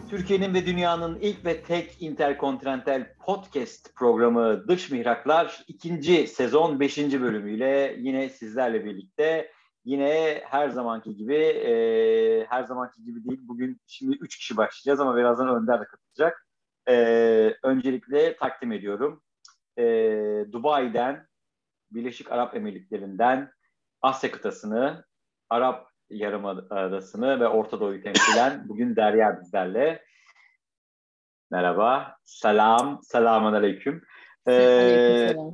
Türkiye'nin ve dünyanın ilk ve tek interkontinental podcast programı Dış Mihraklar 2. sezon 5. bölümüyle yine sizlerle birlikte. Yine her zamanki gibi değil. Bugün şimdi 3 kişi başlayacağız ama birazdan Önder de katılacak. Öncelikle takdim ediyorum. Dubai'den, Birleşik Arap Emirlikleri'nden, Asya kıtasını, Arap Yarımadası'nı ve Orta Doğu'yu temsilen bugün Derya bizlerle. Merhaba, selamun aleyküm. Aleykümselam.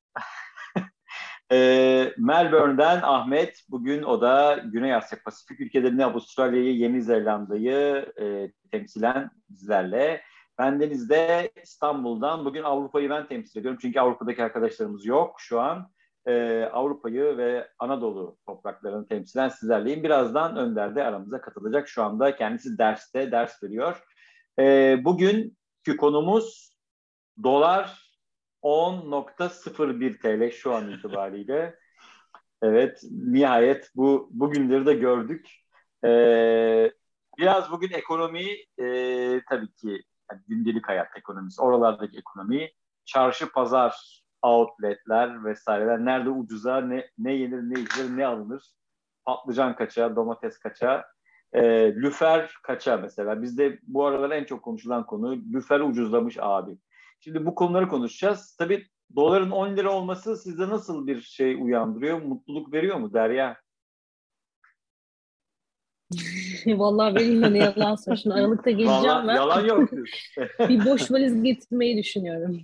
Melbourne'den Ahmet, bugün o da Güney Asya Pasifik ülkelerini, Avustralya'yı, Yeni Zelanda'yı temsilen bizlerle. Bendeniz de İstanbul'dan, bugün Avrupa'yı ben temsil ediyorum. Çünkü Avrupa'daki arkadaşlarımız yok şu an. Avrupa'yı ve Anadolu topraklarını temsilen sizlerleyim. Birazdan Önder de aramıza katılacak. Şu anda kendisi ders veriyor. Bugünkü konumuz dolar 10.01 TL şu an itibariyle. Evet, nihayet bu günleri de gördük. Biraz bugün ekonomi, tabii ki yani gündelik hayat ekonomisi, oralardaki ekonomi, çarşı, pazar, outletler vesaireler, nerede ucuza ne yenir, ne içilir, ne alınır, patlıcan kaça, domates kaça, lüfer kaça mesela. Bizde bu aralar en çok konuşulan konu lüfer ucuzlamış abi. Şimdi bu konuları konuşacağız. Tabii doların 10 lira olması sizde nasıl bir şey uyandırıyor? Mutluluk veriyor mu Derya? Vallahi benim ne yalan söylüyorum. Şimdi Aralık'ta geleceğim Vallahi ve yalan yok. bir boş valiz getirmeyi düşünüyorum.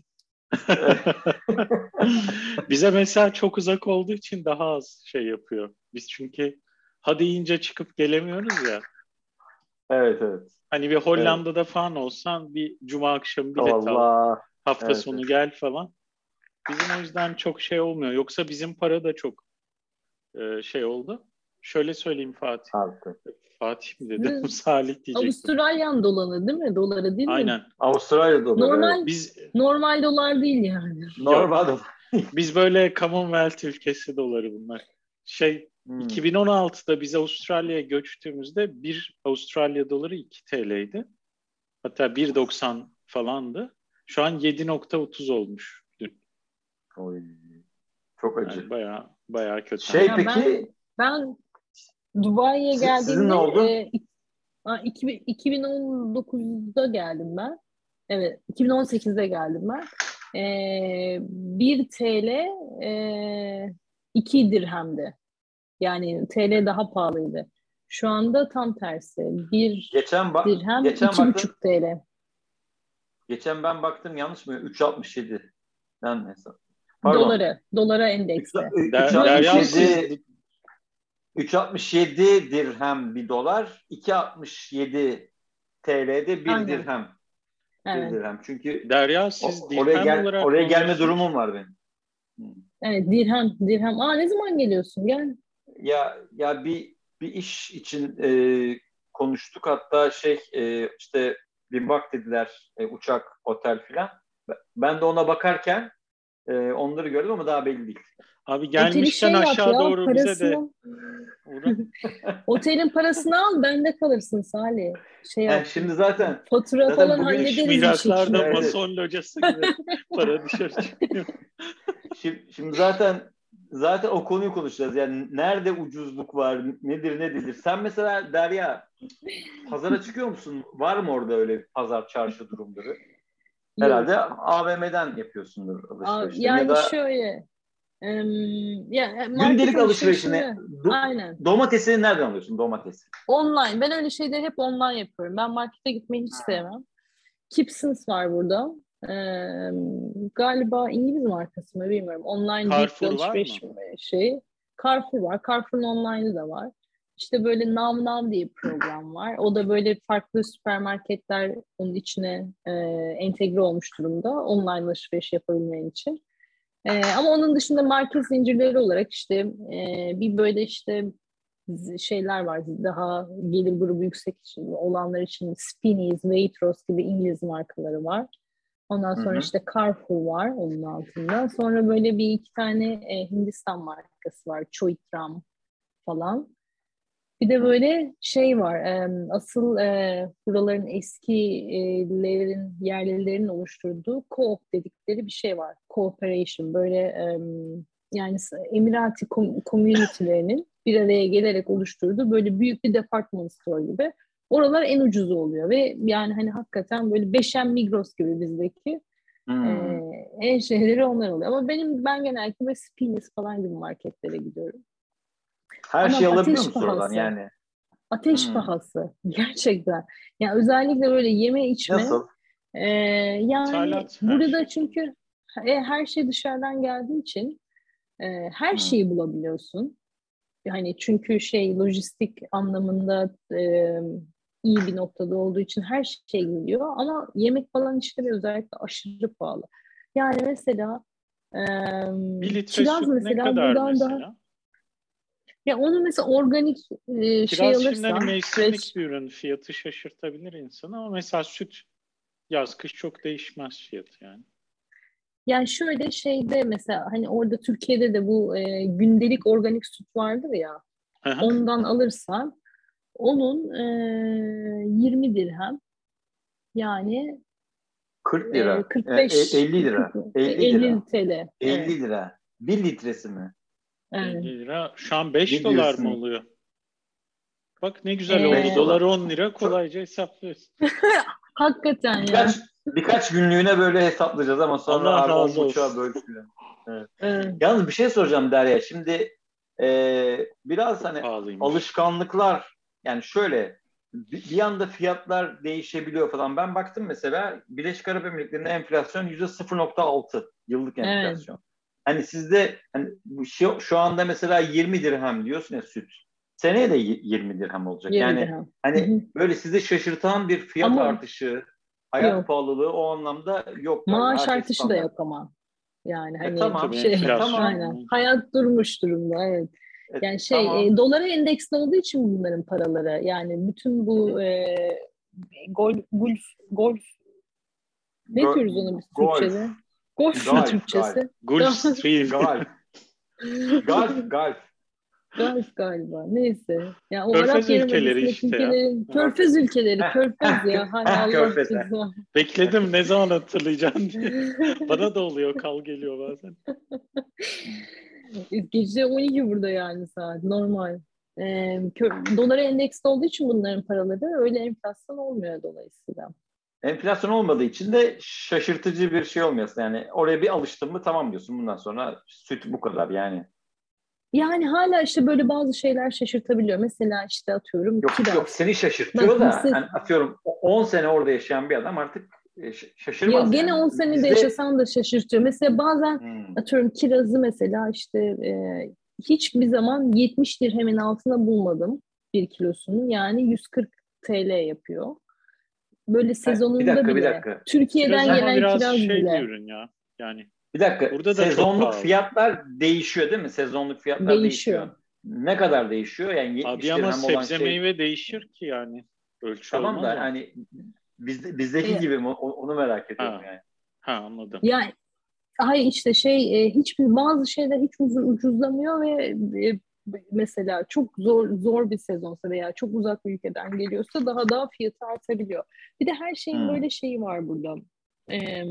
Bize mesela çok uzak olduğu için daha az şey yapıyor. Biz çünkü hadi yiyince çıkıp gelemiyoruz ya. Evet. Hani bir Hollanda'da falan olsan bir cuma akşamı bilet al. Allah. Hafta sonu gel falan. Bizim o yüzden çok şey olmuyor. Yoksa bizim para da çok şey oldu. Şöyle söyleyeyim Fatih. Abi. Fatih mi dedim? Salih diyecektim. Avustralyan doları değil mi? Doları değil mi? Aynen. Avustralya doları. Normal dolar değil yani. Normal dolar. Biz böyle Commonwealth ülkesi doları bunlar. 2016'da biz Avustralya'ya göçtüğümüzde bir Avustralya doları 2 TL'ydi. Hatta 1.90 falandı. Şu an 7.30 olmuş dün. Oy, çok acı. Yani bayağı kötü. Peki ben Dubai'ye geldiğimde sizin ne oldu? 2019'da geldim ben. Evet, 2018'de geldim ben. 1 TL 2 dirhemdi. Yani TL daha pahalıydı. Şu anda tam tersi. Bir dirhem 2,5 TL. Geçen ben baktım, yanlış mı? 3.67. Ben hesap. Dolara endekse. 3.67 dirhem bir dolar, 2.67 TL'de bir dirhem. Evet. Bir dirhem. Çünkü Derya siz dirhem oraya gelme durumum var benim. Evet, dirhem. Ne zaman geliyorsun? Gel. Ya bir iş için konuştuk, hatta işte bir bak dediler, uçak, otel filan. Ben de ona bakarken onları gördüm ama daha belli değil. Abi gelmişken aşağı doğru parasını... bize de Otelin parasını al, bende kalırsın Salih. Şimdi zaten fatura falan hallederiz. Bugün Mihraklar'da mason locası gibi para dışarı çıkıyor. Şimdi zaten o konuyu konuşacağız. Yani nerede ucuzluk var, nedir ne değildir. Sen mesela Derya, pazara çıkıyor musun? Var mı orada öyle bir pazar, çarşı durumları? Herhalde AVM'den yapıyorsundur alışverişini. Yani ya da şöyle gündelik alışverişini. Aynen. Domatesini nereden alıyorsun, domatesi? Online. Ben öyle şeyleri hep online yapıyorum. Ben markete gitmeyi hiç sevmem. Kipsons var burada. Galiba İngiliz markası mı bilmiyorum. Online Carrefour alışveriş var mı? Carrefour var. Carrefour'un online'ı da var. İşte böyle Nav diye bir program var. O da böyle farklı süpermarketler onun içine entegre olmuş durumda. Online alışveriş yapabilmen için. Ama onun dışında market zincirleri olarak işte bir böyle işte şeyler var, daha gelir grubu yüksek için olanlar için Spinneys, Waitrose gibi İngiliz markaları var. Ondan sonra işte Carrefour var onun altında. Sonra böyle bir iki tane Hindistan markası var. Choitram falan. Bir de böyle şey var. Asıl buraların eskilerin, yerlilerin oluşturduğu co-op dedikleri bir şey var. Cooperation. Böyle yani Emirati community'lerinin bir araya gelerek oluşturduğu böyle büyük bir department store gibi. Oralar en ucuzu oluyor ve yani hani hakikaten böyle H&M Migros gibi bizdeki en şeyleri onlar oluyor. Ama ben genellikle böyle Spines falan gibi marketlere gidiyorum. Her Ama şeyi alabiliyor ateş musun oradan pahası. yani? Ateş pahası. Gerçekten. Yani özellikle böyle yeme içme. Nasıl? Yani İthalat her burada şey. çünkü her şey dışarıdan geldiği için her şeyi bulabiliyorsun. Yani çünkü lojistik anlamında iyi bir noktada olduğu için her şey geliyor. Ama yemek falan işleri özellikle aşırı pahalı. Yani mesela Bir litre kiraz süt ne mesela kadar buradan daha mesela? ya onu mesela organik Kiraz şimdi hani alırsan mevsimlik bir ürün, fiyatı şaşırtabilir insanı ama mesela süt yaz kış çok değişmez fiyatı yani. yani şöyle mesela hani orada Türkiye'de de bu gündelik organik süt vardır ya, ondan alırsan onun 20 dirhem yani 40 lira. 45 50 lira. 50 50 lira. TL. 50 lira. 1 litresi mi? 50 lira. Şu an 5 Ne dolar mı diyorsun? oluyor? Bak ne güzel oldu. 5 Dolar dolar. 10 lira kolayca hesaplıyorsun. Hakikaten ya. Birkaç günlüğüne böyle hesaplayacağız ama sonra Allah abi razı 10,5'a olsun. bölüştüler. Evet. Evet. Yalnız bir şey soracağım Derya. Şimdi biraz Çok hani pahalıymış. alışkanlıklar yani şöyle bir anda fiyatlar değişebiliyor falan. Ben baktım mesela Birleşik Arap Emirlikleri'nde enflasyon %0,6 yıllık Evet. enflasyon. Hani sizde hani şu anda mesela 20 dirhem diyorsun ya süt. Seneye de 20 dirhem olacak. 20 Yani dirhem. Hı hani hı. böyle sizi şaşırtan bir fiyat Ama artışı, hayat yok. pahalılığı o anlamda yok galiba. Her Maaş şey artışı da standart. yok ama. Yani hani Tamam. Tabii enflasyon. Tamam. aynen. Hayat durmuş durumda, evet. Yani Tamam. dolara endeksli olduğu için bunların paraları yani bütün bu golf ne diyoruz ona biz Golf. Türkçe'de? Golf mu Golf. Türkçesi? Gulfstream. Golf. Golf. Golf galiba. Neyse. Yani o Arap Körfez ülkeleri Yarımadası'ndaki işte ya. ülkelerin Golf. Körfez ülkeleri, Heh, Körfez ya. Hay Allah Körfez. ceza. Bekledim ne zaman hatırlayacaksın diye. Bana da oluyor, kal geliyor bazen. Gece 12 burada yani saat. Normal. Dolara endeksli olduğu için bunların paraları öyle enflasyon olmuyor dolayısıyla. Enflasyon olmadığı için de şaşırtıcı bir şey olmuyorsun. Yani oraya bir alıştın mı tamam diyorsun. Bundan sonra süt bu kadar yani. Yani hala işte böyle bazı şeyler şaşırtabiliyor. Mesela işte atıyorum Yok kiraz. seni Bak şaşırtıyor da mesela yani atıyorum 10 sene orada yaşayan bir adam artık ya şaşırmaz gene yani. 10 sene de Bizde yaşasan da şaşırtıyor. Mesela bazen atıyorum kirazı mesela işte hiçbir zaman 70 dirhemin altına bulmadım bir kilosunu. Yani 140 TL yapıyor. Böyle bir sezonunda dakika bir bile. dakika. Kiraz Türkiye'den ama gelen biraz kiraz şey bir bile ürün ya. Yani Bir dakika. burada da çok Sezonluk pahalı. fiyatlar değişiyor değil mi? Sezonluk fiyatlar değişiyor. değişiyor. Ne kadar değişiyor? Yani Abi 70 ama dirhem olan sebze şey meyve değişir ki yani. Ölçü tamam olmaz da o. hani bizdeki E, gibi mi? Onu merak ediyorum Ha, yani. ha anladım. yani Ay işte hiçbir bazı şeyler hiç ucuzlamıyor ve mesela çok zor bir sezonsa veya çok uzak bir ülkeden geliyorsa daha fiyatı artabiliyor. Bir de her şeyin Hmm. böyle şeyi var burada. Ee,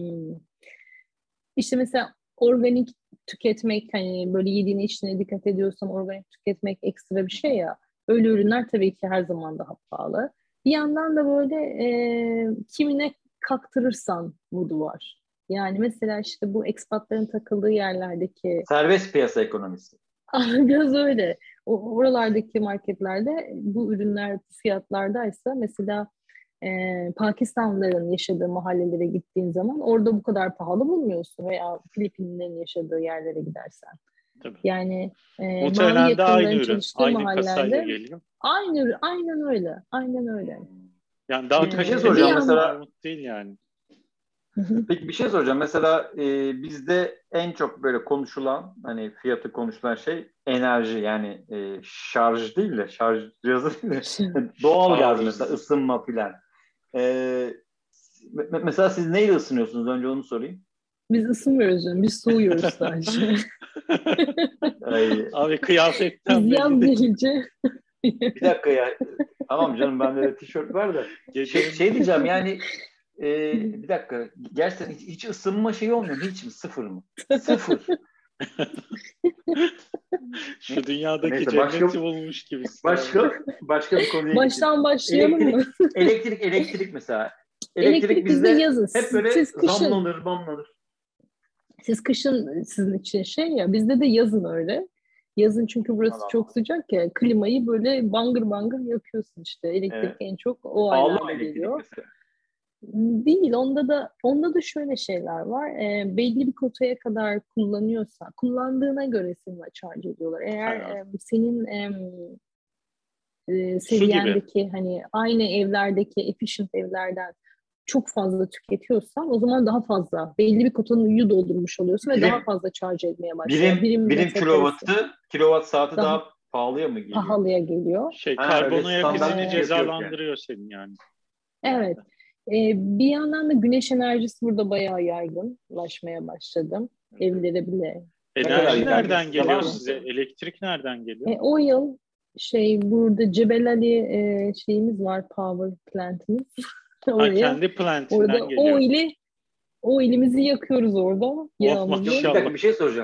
işte mesela organik tüketmek hani böyle yediğine içtiğine dikkat ediyorsan organik tüketmek ekstra bir şey ya. Öyle ürünler tabii ki her zaman daha pahalı. Bir yandan da böyle kimine kaktırırsan modu var. Yani mesela işte bu ekspatların takıldığı yerlerdeki Serbest piyasa ekonomisi. biraz öyle. Oralardaki marketlerde bu ürünler fiyatlardaysa mesela Pakistanlıların yaşadığı mahallelere gittiğin zaman orada bu kadar pahalı bulmuyorsun veya Filipinlerin yaşadığı yerlere gidersen. Tabii. Yani mavi Muhtemelen de aynı yakalıların ürün. çalıştığı Aynı kasayla mahallelerde geliyor. aynen öyle. Aynen öyle. Yani daha Peki bir şey kaliteli Bir soracağım. armut yan marmut değil yani. Peki bir şey soracağım. Mesela bizde en çok böyle konuşulan hani fiyatı konuşulan şey enerji yani şarj değil de şarj cihazı değil de doğal gaz mesela Arz. ısınma filan. E, mesela siz neyle ısınıyorsunuz? Önce onu sorayım. biz ısınmıyoruz canım. Biz soğuyoruz sadece. Ay, Abi kıyafetten Biz belli yaz değil. gelince Bir dakika ya. Tamam canım, bende de tişört var da. Şey diyeceğim yani, bir dakika. Gerçekten hiç ısınma şeyi olmuyor mu? Hiç mi? Sıfır mı? Sıfır. Şu dünyadaki Neyse, cenneti bulmuş gibisin. başka bir konuya geçelim. Baştan başlayalım mı? Elektrik mesela. Elektrik Elektrik bizde bizde yazın. hep böyle Siz kışın. zamlanır. Siz kışın sizin için şey ya, bizde de yazın öyle. Yazın çünkü burası Allah çok Allah. sıcak ya, klimayı böyle bangır bangır yakıyorsun işte. Elektrik Evet. en çok o Pahalı mı aylarda elektrik geliyor. mesela? Değil, onda da şöyle şeyler var. Belli bir kotaya kadar kullanıyorsan, kullandığına göre seni charge ediyorlar. Eğer Ha. senin Su gibi. seviyendeki hani aynı evlerdeki efficient evlerden çok fazla tüketiyorsan o zaman daha fazla belli bir kotanın doldurmuş oluyorsun ve daha fazla charge etmeye başlıyor. Birim Birim metrekaresi kilowatt saati daha daha pahalıya mı geliyor? pahalıya geliyor. Öyle Karbon ayak standart izini bir fiyatı yok yani. cezalandırıyor senin yani. Evet. Bir yandan da güneş enerjisi burada bayağı yaygınlaşmaya başladı. Evlere bile. Ne kadar Enerji yaygın? nereden Sizde var geliyor mı size? mesela? Elektrik nereden geliyor? O yıl burada Cebel Ali şeyimiz var, power plantimiz. Oraya Kendi plantinden orada geliyor. o ilimizi yakıyoruz orada, Oh Bir yağımızı. maşallah. dakika, bir şey soracağım.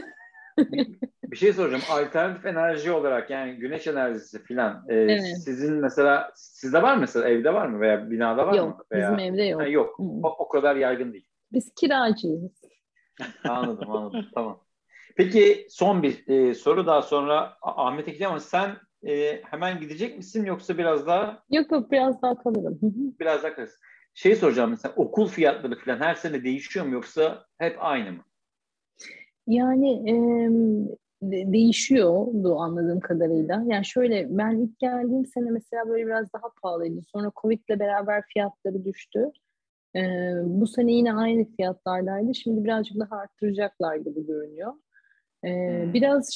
bir şey soracağım. Alternatif enerji olarak, yani güneş enerjisi filan, Evet. sizin mesela, sizde var mı mesela, evde var mı veya binada var mı? Yok, bizim Veya evde yok. yok. O kadar yaygın değil. Biz kiracıyız. Anladım. Tamam. Peki son bir soru, daha sonra Ahmet'e gideceğim ama sen hemen gidecek misin yoksa biraz daha Yok, biraz daha kalırım. kalırsın? Şey soracağım, mesela okul fiyatları falan her sene değişiyor mu yoksa hep aynı mı? Yani değişiyordu anladığım kadarıyla. Yani şöyle, ben ilk geldiğim sene mesela böyle biraz daha pahalıydı. Sonra Covid'le beraber fiyatları düştü. Bu sene yine aynı fiyatlardaydı. Şimdi birazcık daha arttıracaklar gibi görünüyor. Biraz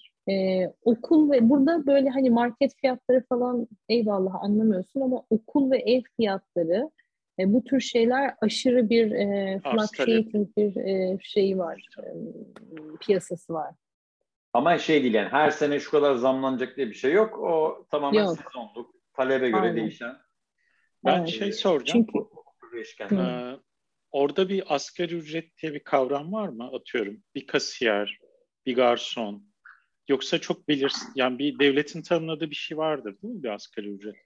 okul ve burada böyle hani market fiyatları falan eyvallah anlamıyorsun ama okul ve ev fiyatları bu tür şeyler aşırı bir Arz talep. fluctuating bir şeyi var. Piyasası var. Ama şey değil yani, her sene şu kadar zamlanacak diye bir şey yok. O tamamen Yok. sezonluk, talebe göre Aynen. değişen Ben Evet. soracağım. Çünkü değişkenler. Orada bir asgari ücret diye bir kavram var mı? Atıyorum bir kasiyer, bir garson. Yoksa çok belirsiz, yani bir devletin tanımladığı bir şey vardır değil mi bir asgari ücret?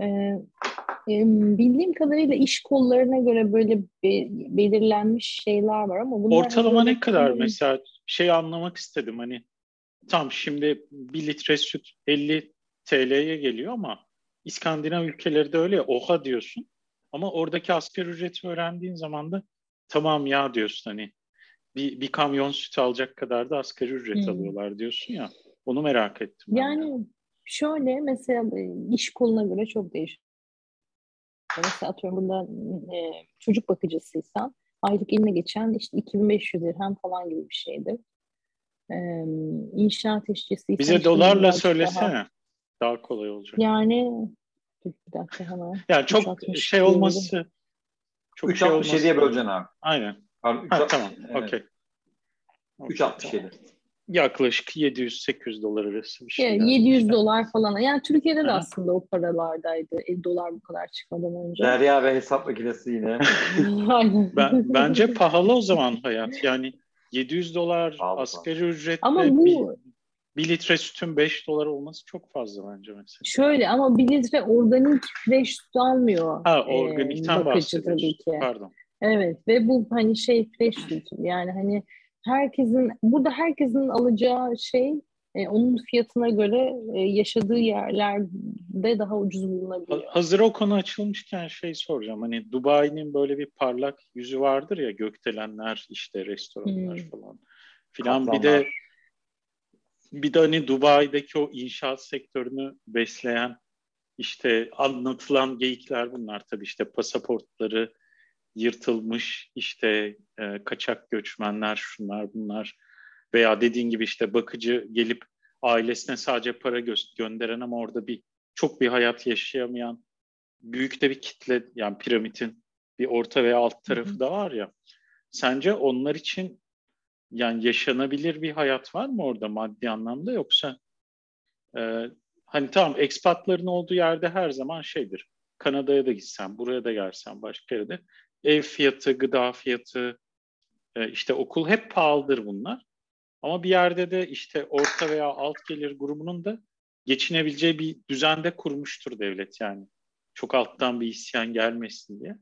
bildiğim kadarıyla iş kollarına göre böyle belirlenmiş şeyler var ama bunlar hani Ortalama böyle ne kadar mesela, anlamak istedim hani, tam şimdi bir litre süt 50 TL'ye geliyor ama İskandinav ülkeleri de öyle ya, oha diyorsun ama oradaki asgari ücreti öğrendiğin zaman da tamam ya diyorsun, hani bir kamyon süt alacak kadar da asgari ücret alıyorlar diyorsun ya, onu merak ettim ben de. Yani şöyle mesela iş koluna göre çok değişiyor. Mesela atıyorum burada çocuk bakıcısıysan aylık eline geçen işte 2500 dirhem falan gibi bir şeydir. İnşaat işçisiysen Bize işte yine dolarla birazcık daha söylesene, daha kolay olacak. yani dur bir dakika hemen Yani çok 3.62'ye vereyim. olması, çok 3.67'ye böleceksin abi. Aynen. Pardon, Tamam, 3.67. Evet. okey. 3.67. Yaklaşık 700-800 dolar arası bir şey Yani yani 700 işte. dolar falan. Yani Türkiye'de de Aha. aslında o paralardaydı. Dolar bu kadar çıkmadan önce. Derya ve hesap makinesi yine. Aynen. Bence pahalı o zaman hayat. Yani 700 dolar Pahalı. asgari ücret Ama ve bu bir litre sütün 5 dolar olması çok fazla bence mesela. şöyle, ama 1 litre organik fresh süt almıyor Organikten bakıcı tabii bahsediyorsun. ki. Pardon. Evet ve bu hani fresh süt, yani hani burada herkesin alacağı şey onun fiyatına göre yaşadığı yerlerde daha ucuz bulunabiliyor. Hazır o konu açılmışken soracağım. Hani Dubai'nin böyle bir parlak yüzü vardır ya, gökdelenler, işte restoranlar falan filan. Kaplanlar. Bir de hani Dubai'deki o inşaat sektörünü besleyen, işte anlatılan geyikler bunlar tabii, işte pasaportları yırtılmış, işte kaçak göçmenler, şunlar bunlar, veya dediğin gibi işte bakıcı gelip ailesine sadece para gönderen ama orada çok bir hayat yaşayamayan büyük de bir kitle, yani piramidin bir orta veya alt tarafı da var ya. Sence onlar için yani yaşanabilir bir hayat var mı orada maddi anlamda, yoksa hani tamam ekspatların olduğu yerde her zaman şeydir. Kanada'ya da gitsen, buraya da gelsen başka yerde. Ev fiyatı, gıda fiyatı, işte okul hep pahalıdır bunlar. Ama bir yerde de işte orta veya alt gelir grubunun da geçinebileceği bir düzende kurmuştur devlet yani. Çok alttan bir isyan gelmesin diye.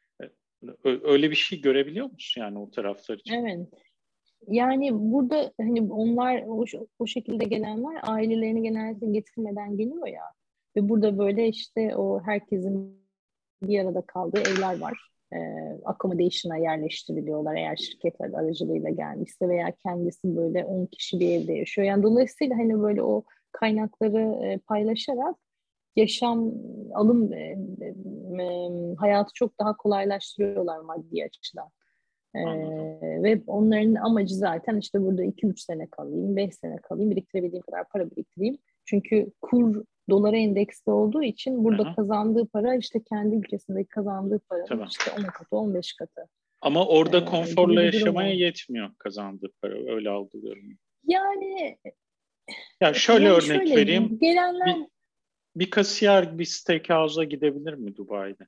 Öyle bir şey görebiliyor musun yani o taraflar için? Evet. Yani burada hani onlar o şekilde gelenler ailelerini genellikle getirmeden geliyor ya. Ve burada böyle işte o herkesin bir arada kaldığı evler var. Accommodation'a yerleştiriliyorlar eğer şirketler aracılığıyla gelmişse veya kendisi böyle 10 kişi bir evde yaşıyor. Yani dolayısıyla hani böyle o kaynakları paylaşarak yaşam, alım hayatı çok daha kolaylaştırıyorlar maddi açıdan. Anladım. Ve onların amacı zaten işte burada 2-3 sene kalayım, 5 sene kalayım, biriktirebildiğim kadar para biriktireyim. Çünkü kur dolara endeksli olduğu için burada Aha, kazandığı para işte kendi ülkesindeki kazandığı paranın tabii. işte 10 katı, 15 katı Ama orada konforla gibi bir durum yaşamaya var. yetmiyor kazandığı para. Öyle algılıyorum. Yani Ya şöyle yani örnek şöyle vereyim. gelenler Bir kasiyer bir steakhouse'a gidebilir mi Dubai'de?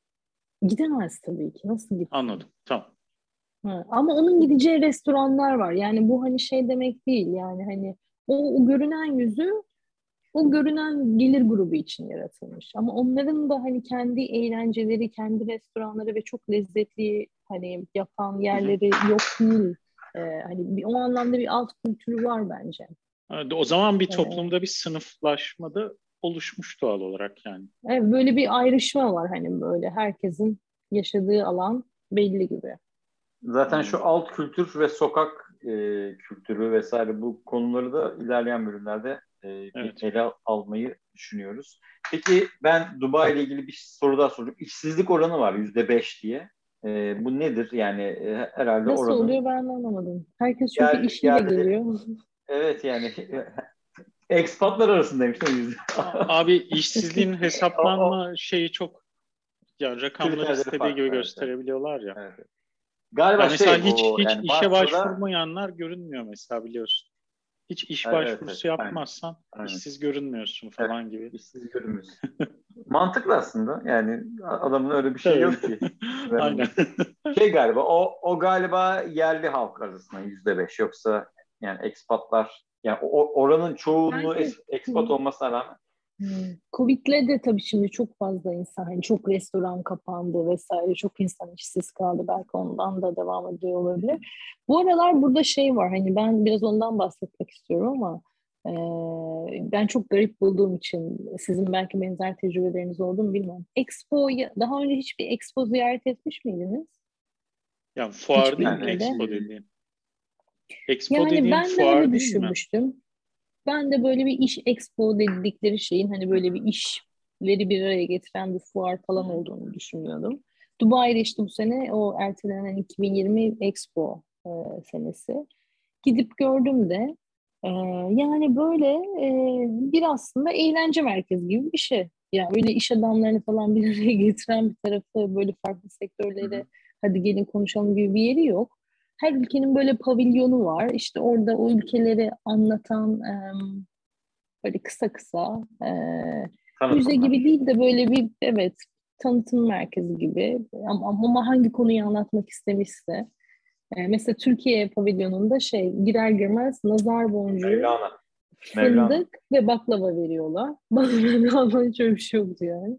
gidemez tabii ki. Nasıl gitsin? Anladım. Tamam. Ha, ama onun gideceği restoranlar var. Yani bu hani şey demek değil. Yani hani o görünen yüzü o görünen gelir grubu için yaratılmış. Ama onların da hani kendi eğlenceleri, kendi restoranları ve çok lezzetli hani yapan Hı hı. yerleri yok değil. Hani o anlamda bir alt kültürü var bence. Evet, o zaman bir Ee, toplumda bir sınıflaşma da oluşmuş doğal olarak yani. evet, böyle bir ayrışma var hani böyle herkesin yaşadığı alan belli gibi. Zaten şu Anladım. alt kültür ve sokak kültürü vesaire bu konuları da ilerleyen bölümlerde bir Evet. ele almayı düşünüyoruz. Peki ben Dubai ile ilgili bir soru daha soracağım. İşsizlik oranı var %5 diye. Bu nedir? Yani herhalde Nasıl oranın oluyor ben de anlamadım. Herkes çünkü işiyle yerli geliyor. evet yani ekspatlar arasındaymış değil mi? Abi işsizliğin O hesaplanma şeyi çok yani rakamları kriterleri istediği farklı. gibi Evet, evet. gösterebiliyorlar ya. Evet. Ya Galiba mesela şey hiç bu hiç yani işe başvuruda başvurmayanlar görünmüyor mesela biliyorsun. Hiç iş evet, evet, başvurusu aynen. yapmazsan Aynen. işsiz görünmüyorsun Evet, falan gibi. işsiz görünmüyoruz. Mantıklı aslında. Yani adamın öyle bir şey Tabii. yok ki. Ben Aynen. onu şey galiba o galiba yerli halk arasında %5 yoksa yani ekspatlar yani oranın çoğunluğu Bence ekspat olmasına rağmen Covid'le de tabii şimdi çok fazla insan, hani çok restoran kapandı vesaire, çok insan işsiz kaldı. Belki ondan da devam ediyor olabilir. Bu aralar burada şey var, hani ben biraz ondan bahsetmek istiyorum ama ben çok garip bulduğum için sizin belki benzer tecrübeleriniz oldu mu bilmiyorum. Expo, daha önce hiçbir expo ziyaret etmiş miydiniz? Yani fuar değil Hiçbir mi yani böyle. Expo dediğin? Expo Yani dediğin ben de fuar öyle değil mi? düşünmüştüm. Ben de böyle bir iş expo dedikleri şeyin hani böyle bir işleri bir araya getiren bir fuar Hı falan hı. olduğunu düşünüyordum. Dubai'de işte bu sene o ertelenen 2020 Expo senesi. Gidip gördüm de yani böyle bir aslında eğlence merkezi gibi bir şey. Yani öyle iş adamlarını falan bir araya getiren bir tarafı, böyle farklı hı sektörlere hı. hadi gelin konuşalım gibi bir yeri yok. Her ülkenin böyle pavilyonu var. İşte orada o ülkeleri anlatan böyle kısa kısa müze gibi Tanıtımlar. değil de böyle bir, evet, tanıtım merkezi gibi, ama hangi konuyu anlatmak istemişse. Mesela Türkiye pavilyonunda şey, girer girmez nazar boncuğu, Mevlana. Mevlana. fındık ve baklava veriyorlar. Bana Mevlana'nın hiç öyle bir şey yoktu yani.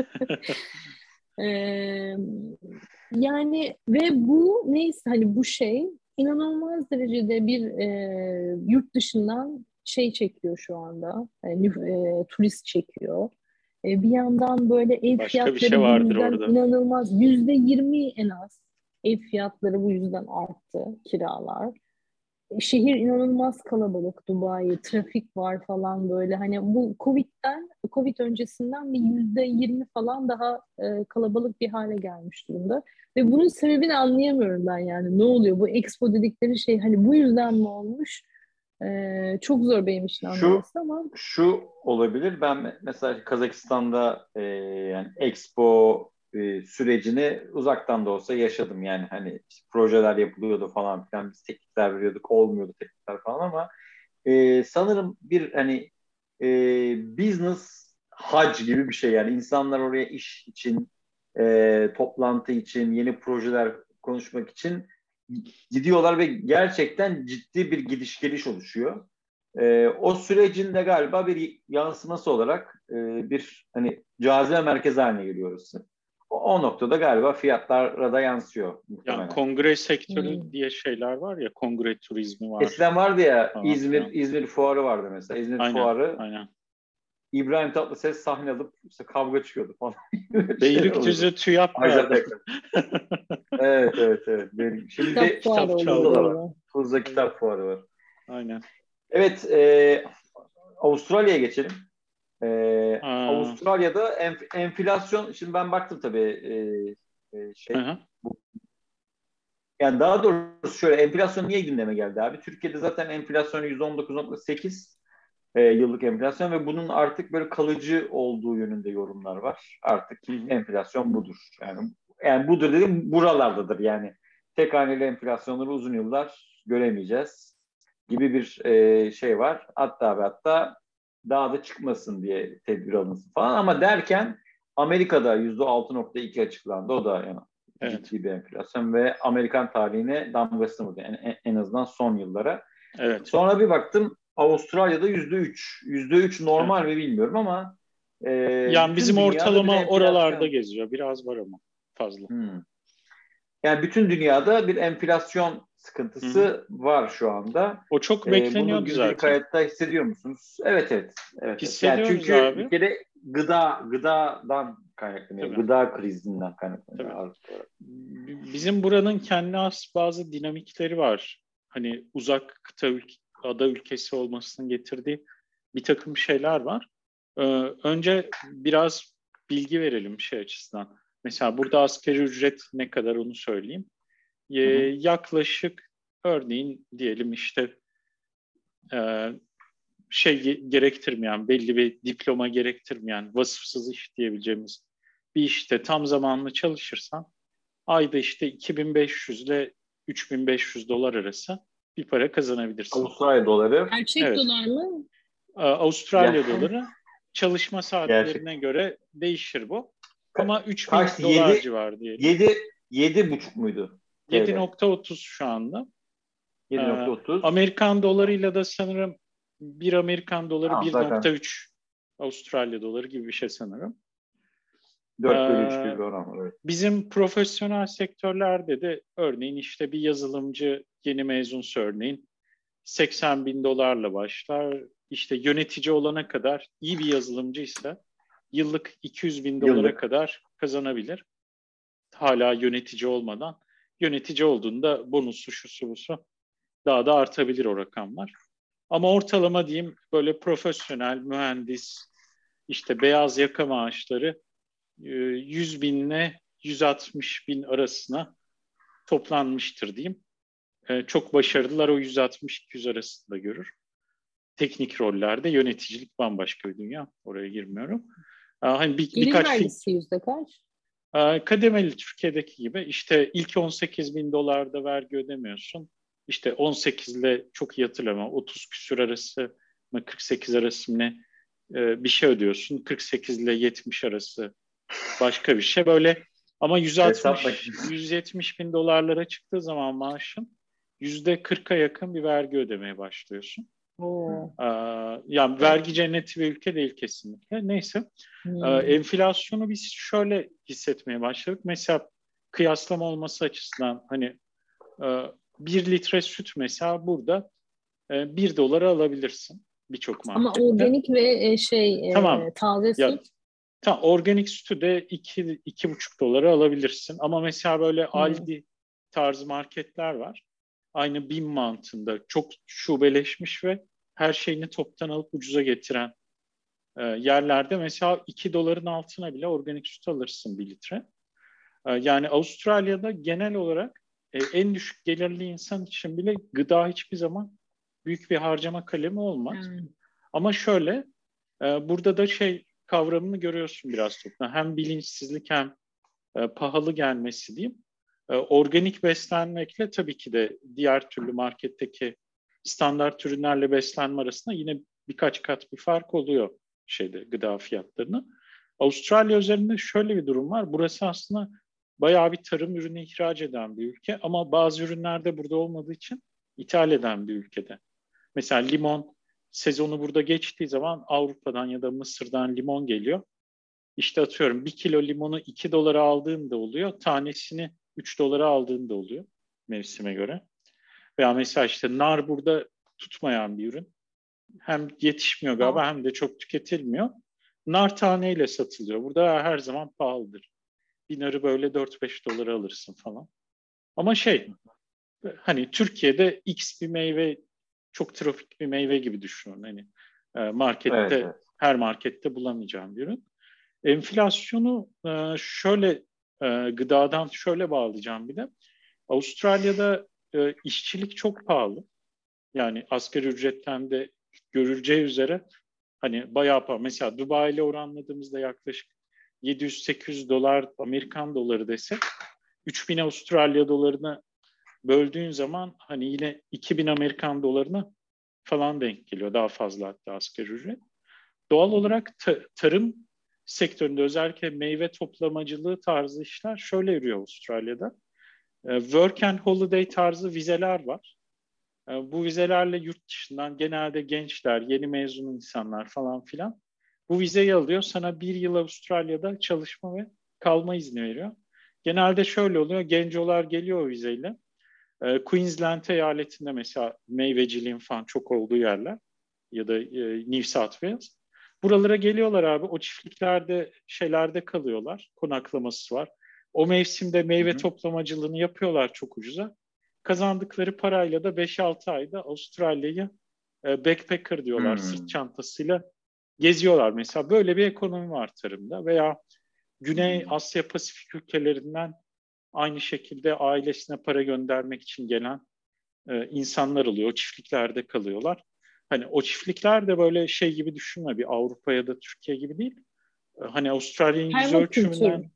Ee, Yani ve bu neyse hani bu şey inanılmaz derecede bir yurt dışından şey çekiyor şu anda. Yani, turist çekiyor. Bir yandan böyle ev Başka bir şey fiyatları bu vardır yüzden orada. inanılmaz, %20 en az ev fiyatları bu yüzden arttı, kiralar. Şehir inanılmaz kalabalık, Dubai, trafik var falan böyle. Hani bu Covid öncesinden bir %20 falan daha kalabalık bir hale gelmiş durumda. Ve bunun sebebini anlayamıyorum ben yani. Ne oluyor? Bu Expo dedikleri şey hani bu yüzden mi olmuş? Çok zor benim için Şu anlaması ama şu olabilir. Ben mesela Kazakistan'da yani Expo sürecini uzaktan da olsa yaşadım. Yani hani işte projeler yapılıyordu falan filan. Biz teklifler veriyorduk. Olmuyordu teklifler falan ama sanırım bir hani business hac gibi bir şey, yani insanlar oraya iş için, toplantı için, yeni projeler konuşmak için gidiyorlar ve gerçekten ciddi bir gidiş geliş oluşuyor. O sürecin de galiba bir yansıması olarak bir hani cazibe merkezi haline geliyoruz. O noktada galiba fiyatlara da yansıyor muhtemelen. Yani kongre sektörü diye şeyler var ya, kongre turizmi var. Eskiden vardı ya, Tamam, İzmir Fuarı vardı mesela. İzmir Fuarı. Aynen. İbrahim Tatlıses sahne alıp işte kavga çıkıyordu falan. Beylikdüzü TÜYAP vardı. Evet. Şimdi de Kitap Tuzla'da fuarı var. Tuzla Kitap Fuarı var. Aynen. Evet, Avustralya'ya geçelim. Aa, Avustralya'da enflasyon, şimdi ben baktım tabii bu, yani daha doğrusu şöyle, enflasyon niye gündeme geldi abi? Türkiye'de zaten enflasyon %19.8 yıllık enflasyon ve bunun artık böyle kalıcı olduğu yönünde yorumlar var. Artık enflasyon budur. Yani budur dedim, buralardadır yani. Tek haneli enflasyonları uzun yıllar göremeyeceğiz gibi bir şey var. Hatta daha da çıkmasın diye tedbir alınsın falan, ama derken Amerika'da %6.2 açıklandı. O da yani ciddi bir enflasyon ve Amerikan tarihine damgasını vurdu. En azından son yıllara. Evet. Sonra bir baktım Avustralya'da %3. %3 normal mi bilmiyorum ama yani bizim ortalama oralarda enflasyon geziyor. Biraz var ama fazla. Yani bütün dünyada bir enflasyon sıkıntısı var şu anda. O çok bekleniyordu bunu gündelik zaten. hayatta hissediyor musunuz? Evet. Hissediyoruz yani çünkü abi. bir kere gıdadan kaynaklanıyor. Tabii. Gıda krizinden kaynaklanıyor. Tabii. Bizim buranın kendi has bazı dinamikleri var. Hani uzak ada ülkesi olmasının getirdiği bir takım şeyler var. Önce biraz bilgi verelim şey açısından. Mesela burada asgari ücret ne kadar onu söyleyeyim. Yaklaşık örneğin diyelim işte gerektirmeyen, belli bir diploma gerektirmeyen, vasıfsız iş diyebileceğimiz bir işte tam zamanlı çalışırsan ayda işte 2500 ile 3500 dolar arası bir para kazanabilirsin. Avustralya doları. Gerçek dolar mı? Avustralya doları. Çalışma saatlerine göre değişir bu. Ama 3000 dolar civarı diyelim. 7,5 muydu? 7.30 şu anda. 7.30. Amerikan dolarıyla da sanırım bir Amerikan doları 1.3 Avustralya doları gibi bir şey sanırım. 4/3 gibi bir oran var. Evet. Bizim profesyonel sektörlerde de örneğin işte bir yazılımcı yeni mezunsa örneğin 80 bin dolarla başlar. İşte yönetici olana kadar iyi bir yazılımcıysa yıllık 200 bin dolara kadar kazanabilir. Hala yönetici olmadan. Yönetici olduğunda bonusu şusu busu daha da artabilir o rakamlar. Ama ortalama diyeyim böyle profesyonel, mühendis, işte beyaz yaka maaşları 100 binle 160 bin arasına toplanmıştır diyeyim. Çok başarılılar o 160-200 arasında görür. Teknik rollerde yöneticilik bambaşka bir dünya. Oraya girmiyorum. Hani Gelir vergisi yüzde kaç? Kademeli Türkiye'deki gibi işte ilk 18 bin dolarda vergi ödemiyorsun. İşte 18 ile çok iyi hatırlamam 30 küsür arası mı 48 arası mı ne bir şey ödüyorsun. 48 ile 70 arası başka bir şey. Böyle ama 160-170 bin dolarlara çıktığı zaman maaşın %40'a yakın bir vergi ödemeye başlıyorsun. Yani vergi cenneti bir ülke değil kesinlikle. Neyse. Enflasyonu biz şöyle hissetmeye başladık. Mesela kıyaslama olması açısından hani 1 litre süt mesela burada 1 dolara alabilirsin birçok markette. Ama organik ve taze süt. Tamam, organik sütü de 2,5 dolara alabilirsin. Ama mesela böyle Aldi tarzı marketler var. Aynı BİM mantığında çok şubeleşmiş ve her şeyini toptan alıp ucuza getiren yerlerde mesela 2 doların altına bile organik süt alırsın 1 litre. Yani Avustralya'da genel olarak en düşük gelirli insan için bile gıda hiçbir zaman büyük bir harcama kalemi olmaz. Ama şöyle burada da kavramını görüyorsun biraz toplumda. Hem bilinçsizlik hem pahalı gelmesi diyeyim. Organik beslenmekle tabii ki de diğer türlü marketteki standart ürünlerle beslenme arasında yine birkaç kat bir fark oluyor gıda fiyatlarına. Avustralya üzerinde şöyle bir durum var. Burası aslında bayağı bir tarım ürünü ihraç eden bir ülke ama bazı ürünler de burada olmadığı için ithal eden bir ülkede. Mesela limon sezonu burada geçtiği zaman Avrupa'dan ya da Mısır'dan limon geliyor. İşte atıyorum 1 kilo limonu 2 dolara aldığın da oluyor. Tanesini 3 dolara aldığın da oluyor mevsime göre. Veya mesela işte nar burada tutmayan bir ürün. Hem yetişmiyor galiba hem de çok tüketilmiyor. Nar taneyle satılıyor. Burada her zaman pahalıdır. Bir narı böyle 4-5 dolara alırsın falan. Ama hani Türkiye'de X bir meyve çok trafik bir meyve gibi düşünün. Hani markette Evet. her markette bulamayacağım bir ürün. Enflasyonu gıdadan şöyle bağlayacağım bir de. Avustralya'da işçilik çok pahalı. Yani asgari ücretten de görüleceği üzere hani bayağı pahalı. Mesela Dubai ile oranladığımızda yaklaşık 700-800 dolar Amerikan doları desek 3000 Avustralya dolarını böldüğün zaman hani yine 2000 Amerikan dolarına falan denk geliyor. Daha fazla hatta asgari ücret. Doğal olarak tarım sektöründe özellikle meyve toplamacılığı tarzı işler şöyle yürüyor Avustralya'da. Work and holiday tarzı vizeler var. Bu vizelerle yurt dışından genelde gençler, yeni mezun insanlar falan filan bu vizeyi alıyor. Sana 1 yıl Avustralya'da çalışma ve kalma izni veriyor. Genelde şöyle oluyor. Gencolar geliyor o vizeyle. Queensland eyaletinde mesela meyveciliğin falan çok olduğu yerler ya da New South Wales. Buralara geliyorlar abi. O çiftliklerde kalıyorlar. Konaklaması var. O mevsimde meyve toplamacılığını yapıyorlar çok ucuza. Kazandıkları parayla da 5-6 ayda Avustralya'yı backpacker diyorlar. Sırt çantasıyla geziyorlar. Mesela böyle bir ekonomi var tarımda. Veya Güney Asya Pasifik ülkelerinden aynı şekilde ailesine para göndermek için gelen insanlar oluyor. O çiftliklerde kalıyorlar. Hani o çiftlikler de böyle gibi düşünme, bir Avrupa ya da Türkiye gibi değil. Hani Avustralya'nın yüz ölçümünden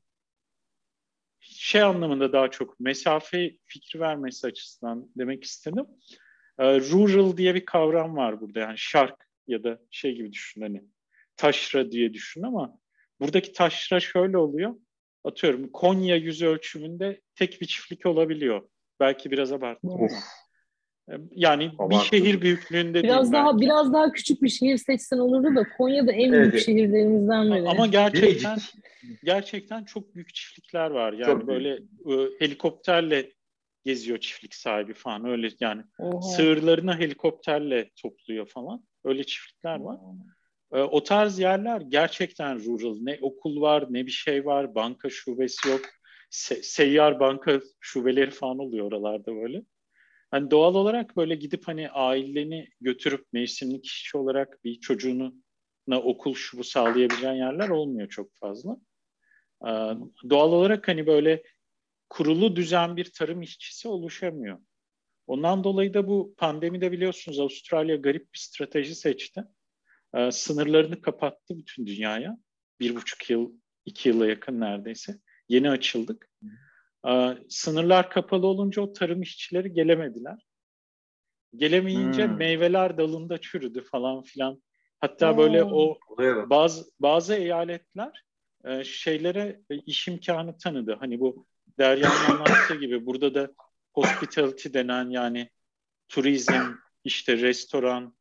anlamında daha çok mesafe fikri vermesi açısından demek istedim. Rural diye bir kavram var burada. Yani şark ya da gibi düşün, hani taşra diye düşün ama buradaki taşra şöyle oluyor. Atıyorum Konya yüz ölçümünde tek bir çiftlik olabiliyor. Belki biraz abarttım ama. Yani bir şehir büyüklüğünde biraz diyeyim belki. Biraz daha küçük bir şehir seçsen olurdu da Konya'da en büyük şehirlerimizden biri. Ama gerçekten çok büyük çiftlikler var. Yani çok böyle helikopterle geziyor çiftlik sahibi falan. Öyle yani sığırlarını helikopterle topluyor falan. Öyle çiftlikler var. O tarz yerler gerçekten rural. Ne okul var, ne bir şey var. Banka şubesi yok. Seyyar banka şubeleri falan oluyor oralarda böyle. Hani doğal olarak böyle gidip hani aileni götürüp mevsimlik işçi olarak bir çocuğuna okul bu sağlayabileceğin yerler olmuyor çok fazla. Doğal olarak hani böyle kurulu düzen bir tarım işçisi oluşamıyor. Ondan dolayı da bu pandemide biliyorsunuz Avustralya garip bir strateji seçti. Sınırlarını kapattı bütün dünyaya. 1,5 yıl, 2 yıla yakın neredeyse. Yeni açıldık. Sınırlar kapalı olunca o tarım işçileri gelemediler. Gelemeyince meyveler dalında çürüdü falan filan. Hatta böyle o bazı eyaletler iş imkanı tanıdı. Hani bu Derya'nın anlattığı gibi burada da hospitality denen, yani turizm, işte restoran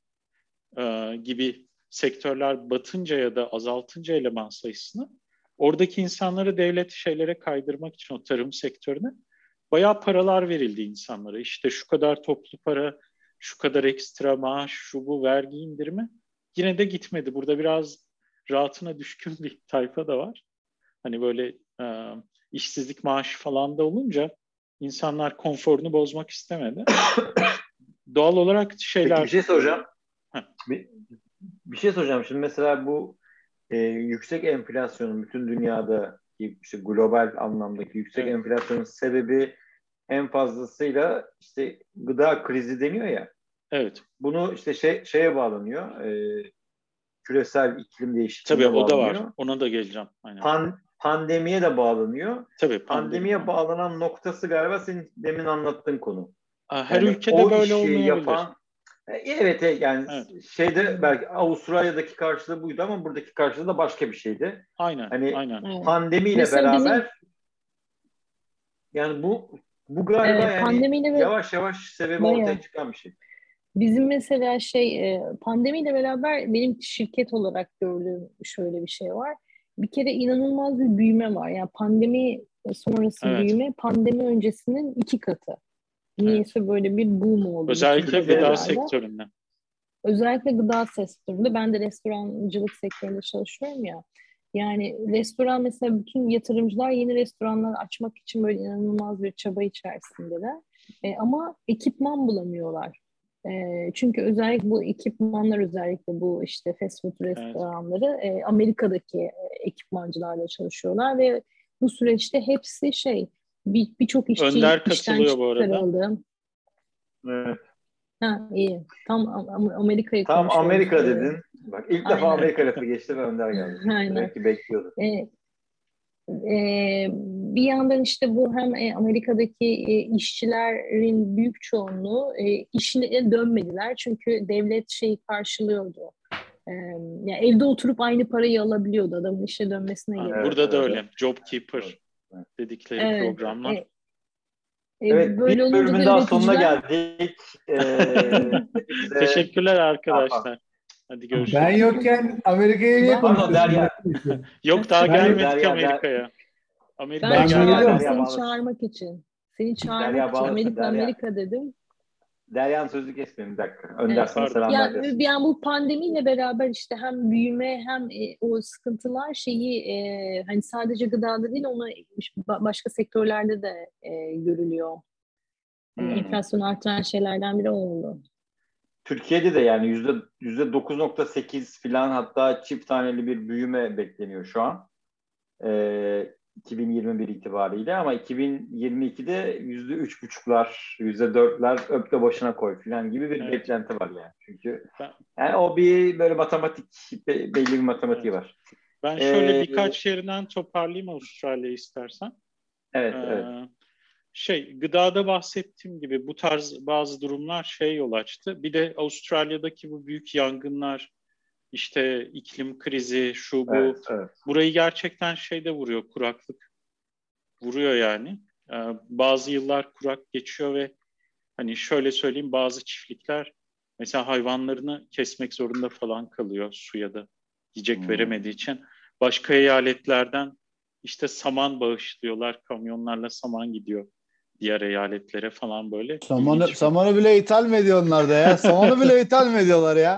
gibi sektörler batınca ya da azaltınca eleman sayısını, oradaki insanları devlet kaydırmak için o tarım sektörüne bayağı paralar verildi insanlara. İşte şu kadar toplu para, şu kadar ekstra maaş, şu bu vergi indirimi. Yine de gitmedi. Burada biraz rahatına düşkün bir tayfa da var. Hani böyle işsizlik maaşı falan da olunca insanlar konforunu bozmak istemedi. Doğal olarak Peki bir şey soracağım. Bir şey soracağım. Şimdi mesela bu yüksek enflasyonun bütün dünyada işte global anlamdaki yüksek enflasyonun sebebi en fazlasıyla işte gıda krizi deniyor ya. Evet. Bunu işte şeye bağlanıyor. Küresel iklim değişikliğine bağlanıyor. Tabii o bağlanıyor. da var. Ona da geleceğim. Aynen. Pandemiye de bağlanıyor. Tabii pandemiye bağlanan noktası galiba senin demin anlattığın konu. Her ülkede böyle olmayabilir. Evet, yani Evet. şeyde belki Avustralya'daki karşılığı buydu ama buradaki karşılığı da başka bir şeydi. Aynen, Hani aynen. Evet. pandemiyle Mesela beraber yani bu galiba yani pandemiyle ve yavaş yavaş sebebi bayağı ortaya çıkan bir şey. bizim mesela pandemiyle beraber benim şirket olarak gördüğüm şöyle bir şey var. Bir kere inanılmaz bir büyüme var. Yani pandemi sonrası Evet, büyüme pandemi öncesinin 2 katı. evet. Niyeyse böyle bir boom oldu bütün Özellikle gıda sektörlerde. sektöründe. Özellikle gıda sektöründe. Ben de restorancılık sektöründe çalışıyorum ya. Yani restoran mesela bütün yatırımcılar yeni restoranlar açmak için böyle inanılmaz bir çaba içerisindeler. Ama ekipman bulamıyorlar. Çünkü özellikle bu ekipmanlar özellikle bu işte fast food Evet. restoranları Amerika'daki ekipmancılarla çalışıyorlar ve bu süreçte hepsi birçok işçi Önder işten katılıyor bu arada. çıkarıldı. Evet. Ha, iyi. Tam Amerika'yı Tam konuşuyoruz. Amerika dedin. Bak ilk defa Aynen. Amerika lafı geçti ve Önder geldi. Aynen. Demek ki bekliyordu. E, Bir yandan işte bu hem Amerika'daki işçilerin büyük çoğunluğu işine dönmediler. Çünkü devlet karşılıyordu. Yani evde oturup aynı parayı alabiliyordu. Adamın işe dönmesine gerek Evet, Burada da evet, öyle. evet. JobKeeper Evet. dedikleri Evet. programlar. Evet, bir Böyle olunca da bölümün daha sonuna üreticiler geldik. Hepinize Teşekkürler pardon. arkadaşlar. Hadi Ben görüşürüz. yokken Amerika'ya niye ben Pardon konuşuyorsun? Derya. Merak ediyorum. Yok daha Ben yok. gelmedik Derya, Amerika'ya. ben Amerika'ya Ben çağırdım duydum. gelmeden. seni bağlı. çağırmak için. Seni çağırmak Derya için bağlasın. Amerika Derya. Amerika dedim. Derya'nın sözü kesmeyin bir dakika. Önder Evet. sana Pardon. selamlar diyorsun. Yani bu pandemiyle beraber işte hem büyüme hem o sıkıntılar hani sadece gıdada değil onu başka sektörlerde de görülüyor. Hani Hmm. enflasyonu artıran şeylerden biri o oldu. Türkiye'de de yani %9.8 falan hatta çift taneli bir büyüme bekleniyor şu an. 2021 itibariyle ama 2022'de %3,5'lar, %4'ler öpte başına koy falan gibi bir Evet. beklenti var yani. Çünkü Ben, yani o bir böyle belli bir matematiği evet. var. Ben şöyle Ee, birkaç yerinden toparlayayım Avustralya'yı istersen. evet, evet. Gıdada bahsettiğim gibi bu tarz bazı durumlar yol açtı. Bir de Avustralya'daki bu büyük yangınlar, işte iklim krizi, şu bu. Evet, evet. Burayı gerçekten de vuruyor, kuraklık vuruyor yani. Bazı yıllar kurak geçiyor ve hani şöyle söyleyeyim bazı çiftlikler mesela hayvanlarını kesmek zorunda falan kalıyor suya da yiyecek veremediği için. Başka eyaletlerden işte saman bağışlıyorlar, kamyonlarla saman gidiyor diğer eyaletlere falan böyle. İlginç bir... Samanı bile ithal mi ediyorlar da ya? Samanı bile ithal mi ediyorlar ya?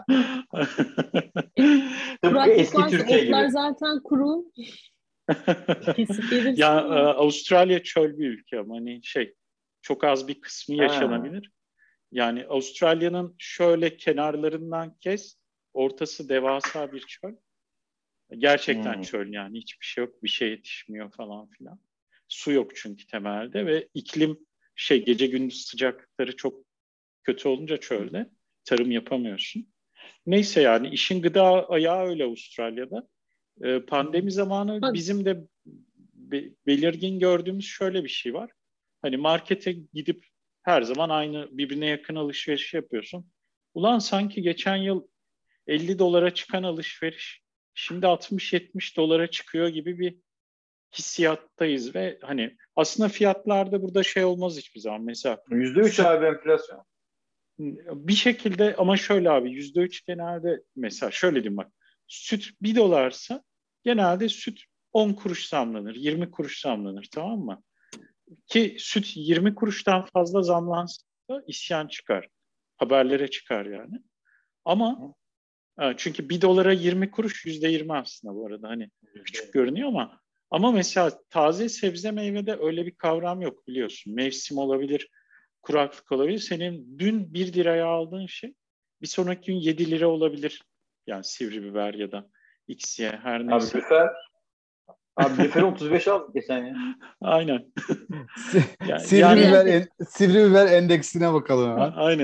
Tıpkı Kuraklık eski varsa Türkiye otlar gibi. zaten kuru. Kesip Ya verirsin ya. Avustralya çöl bir ülke ama hani çok az bir kısmı Ha. yaşanabilir. Yani Avustralya'nın şöyle kenarlarından kes, ortası devasa bir çöl. Gerçekten Hmm. çöl yani hiçbir şey yok, bir şey yetişmiyor falan filan. Su yok çünkü temelde ve iklim gece gündüz sıcaklıkları çok kötü olunca çölde tarım yapamıyorsun. Neyse yani işin gıda ayağı öyle Avustralya'da. Pandemi zamanı Bak, bizim de belirgin gördüğümüz şöyle bir şey var. Hani markete gidip her zaman aynı birbirine yakın alışveriş yapıyorsun. Ulan sanki geçen yıl 50 dolara çıkan alışveriş şimdi 60-70 dolara çıkıyor gibi bir hissiyattayız ve hani aslında fiyatlarda burada olmaz hiçbir zaman. Mesela %3 süt abi enflasyon. bir şekilde ama şöyle abi %3 genelde mesela şöyle diyeyim bak süt 1 dolarsa genelde süt 10 kuruş zamlanır, 20 kuruş zamlanır tamam mı? Ki süt 20 kuruştan fazla zamlansa isyan çıkar. Haberlere çıkar yani. Ama çünkü 1 dolara 20 kuruş %20 aslında bu arada hani küçük görünüyor ama mesela taze sebze meyvede öyle bir kavram yok biliyorsun. Mevsim olabilir, kuraklık olabilir. Senin dün 1 liraya aldığın şey bir sonraki gün 7 lira olabilir. Yani sivri biber ya da XY her neyse. Abi lüfer 35 aldık geçen ya. Aynen. Sivri Yani biber sivri biber endeksine bakalım hemen. aynen.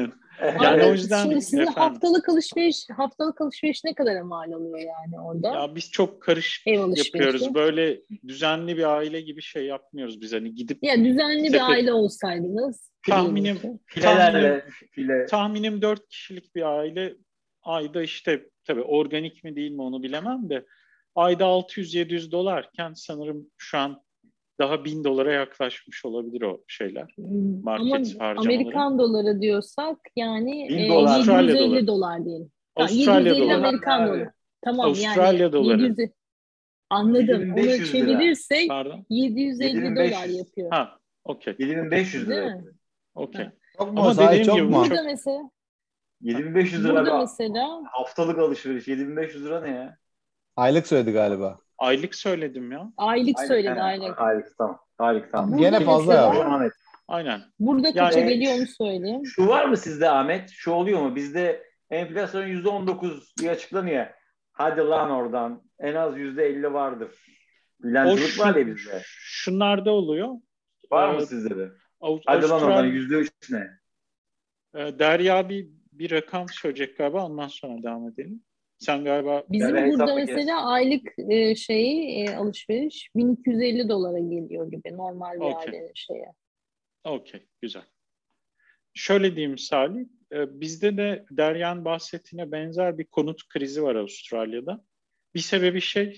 Yani Abi, o yüzden şimdi sizin efendim, haftalık alışveriş ne kadar mal oluyor yani orada? ya biz çok karışık Ev alışverişi. yapıyoruz. Böyle düzenli bir aile gibi şey yapmıyoruz biz. Hani gidip Ya düzenli bir sepet aile olsaydınız diyelim tahminim ki. Filelerle file. tahminim 4 kişilik bir aile ayda işte tabii organik mi değil mi onu bilemem de ayda 600-700 dolarken sanırım şu an daha 1000 dolara yaklaşmış olabilir o şeyler. Ama Market harcamaları. Amerikan doları diyorsak yani 1000 dolar. Avustralya 750 doları. dolar diyelim. Tamam, Avustralya 750 doları. Amerikan Abi, doları. Tamam yani Avustralya doları. 700, anladım. Onu 7500 lira. çevirirsek Pardon. 750 dolar 7500. yapıyor. Ha, okey. 7500 Değil lira mi? yapıyor. Okey. Ha. Çok mu? Ama Sahi dediğim çok gibi bu mu? çok Burada mesela 7500 lira burada bir mesela haftalık alışveriş. 7500 lira ne ya? Aylık söyledi galiba. aylık söyledim ya. aylık Aylık. söyledi, He, aylık. aylık tamam. Aylık tamam. Burada Gene fazla ya. mesela Ahmet. Aynen. burada kaça Yani geliyor onu söyleyeyim. Şu var mı sizde Ahmet? Şu oluyor mu? Bizde enflasyon %19 diye açıklanıyor. Hadi lan oradan. En az %50 vardır. o Bülentçilik var ya bizde. şunlarda oluyor. Var mı Ee, sizde de? Hadi lan oradan %3 ne? Derya bir rakam söyleyecek galiba. Ondan sonra devam edelim. Sen galiba Bizim Yani burada hesapla kes. mesela aylık alışveriş 1250 dolara geliyor gibi normal bir okey. ailenin şeye. Okey. Güzel. Şöyle diyeyim Salih. Bizde de Derya'nın bahsettiğine benzer bir konut krizi var Avustralya'da. Bir sebebi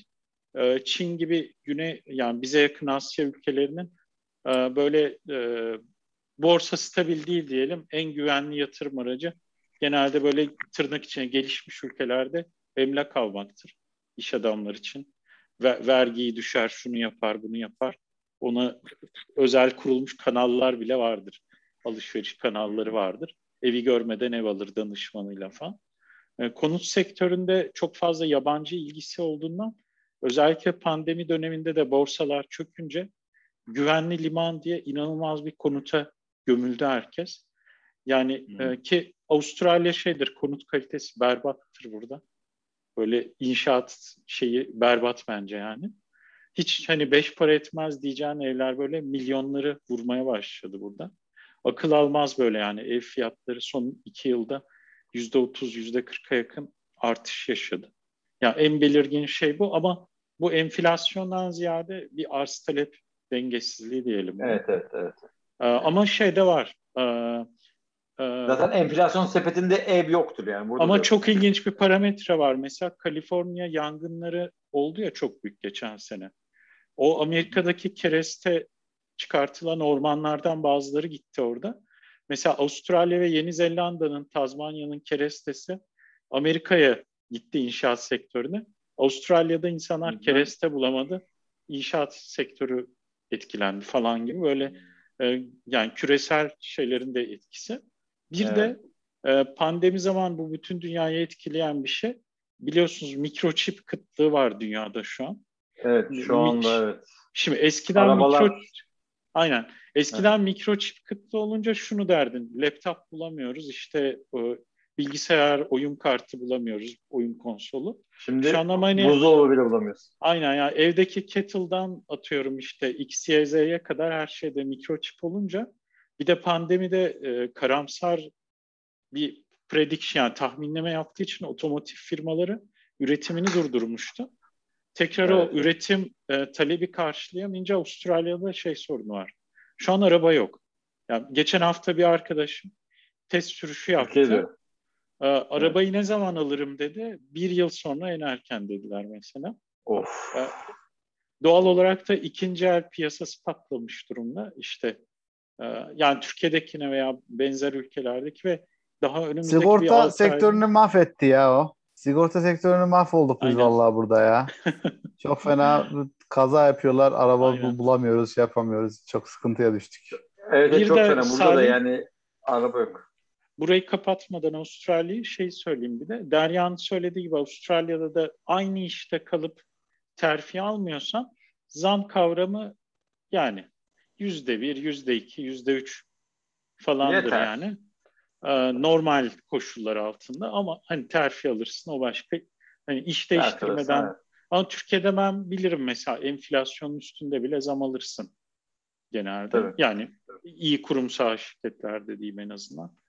Çin gibi yani bize yakın Asya ülkelerinin böyle borsa stabil değil diyelim. En güvenli yatırım aracı genelde böyle tırnak içine gelişmiş ülkelerde emlak almaktır iş adamlar için. Vergiyi düşer, şunu yapar, bunu yapar. Ona özel kurulmuş kanallar bile vardır. Alışveriş kanalları vardır. Evi görmeden ev alır danışmanıyla falan. Konut sektöründe çok fazla yabancı ilgisi olduğundan özellikle pandemi döneminde de borsalar çökünce güvenli liman diye inanılmaz bir konuta gömüldü herkes. Yani ki Avustralya konut kalitesi berbattır burada. Böyle inşaat şeyi berbat bence yani. Hiç hani 5 para etmez diyeceğin evler böyle milyonları vurmaya başladı burada. Akıl almaz böyle yani ev fiyatları son 2 yılda %30, %40'a yakın artış yaşadı. Yani en belirgin şey bu ama bu enflasyondan ziyade bir arz talep dengesizliği diyelim buna. Evet. Ama de var. Zaten enflasyon sepetinde ev yoktur yani. Burada da Ama yok. çok ilginç bir parametre var. Mesela Kaliforniya yangınları oldu ya çok büyük geçen sene. O Amerika'daki kereste çıkartılan ormanlardan bazıları gitti orada. Mesela Avustralya ve Yeni Zelanda'nın, Tazmanya'nın kerestesi Amerika'ya gitti inşaat sektörüne. Avustralya'da insanlar kereste bulamadı. İnşaat sektörü etkilendi falan gibi böyle yani küresel şeylerin de etkisi. Bir de pandemi zaman bu bütün dünyayı etkileyen bir şey. Biliyorsunuz mikroçip kıtlığı var dünyada şu an. Evet şu anda evet. Şimdi eskiden Arabalar. aynen. Evet. Eskiden mikroçip kıtlığı olunca şunu derdin. Laptop bulamıyoruz. İşte bilgisayar, oyun kartı bulamıyoruz. Oyun konsolu. Şu Şimdi an ama hani buzdolabı bile bulamıyorsun. aynen ya evdeki kettle'dan atıyorum işte X, Y, Z'ye kadar her şeyde mikroçip olunca bir de pandemide karamsar bir prediction yani tahminleme yaptığı için otomotiv firmaları üretimini durdurmuştu. Tekrar o Evet. üretim talebi karşılayamayınca Avustralya'da sorunu var. Şu an araba yok. Yani geçen hafta bir arkadaşım test sürüşü Türkiye'de. yaptı. Arabayı ne zaman alırım dedi. 1 yıl sonra en erken dediler mesela. Of. Doğal olarak da ikinci el piyasası patlamış durumda. İşte yani Türkiye'dekine veya benzer ülkelerdeki ve daha önümüzdeki bir Sigorta 6 ayda. sektörünü mahvetti ya o. Sigorta sektörünü mahvolduk biz Aynen. vallahi burada ya. Çok fena kaza yapıyorlar. Araba Aynen. bulamıyoruz, yapamıyoruz. Çok sıkıntıya düştük. Evet Bir çok de fena. Burada da Salih, yani araba yok. burayı kapatmadan Avustralya'yı söyleyeyim bir de. Derya'nın söylediği gibi Avustralya'da da aynı işte kalıp terfi almıyorsan zam kavramı yani %1, %2, %3 falandır Yeter. yani. Normal koşullar altında ama hani terfi alırsın o başka. Hani iş değiştirmeden Evet. ama Türkiye'de ben bilirim mesela enflasyonun üstünde bile zam alırsın genelde. Tabii. Yani iyi kurumsal şirketlerde diyeyim en azından.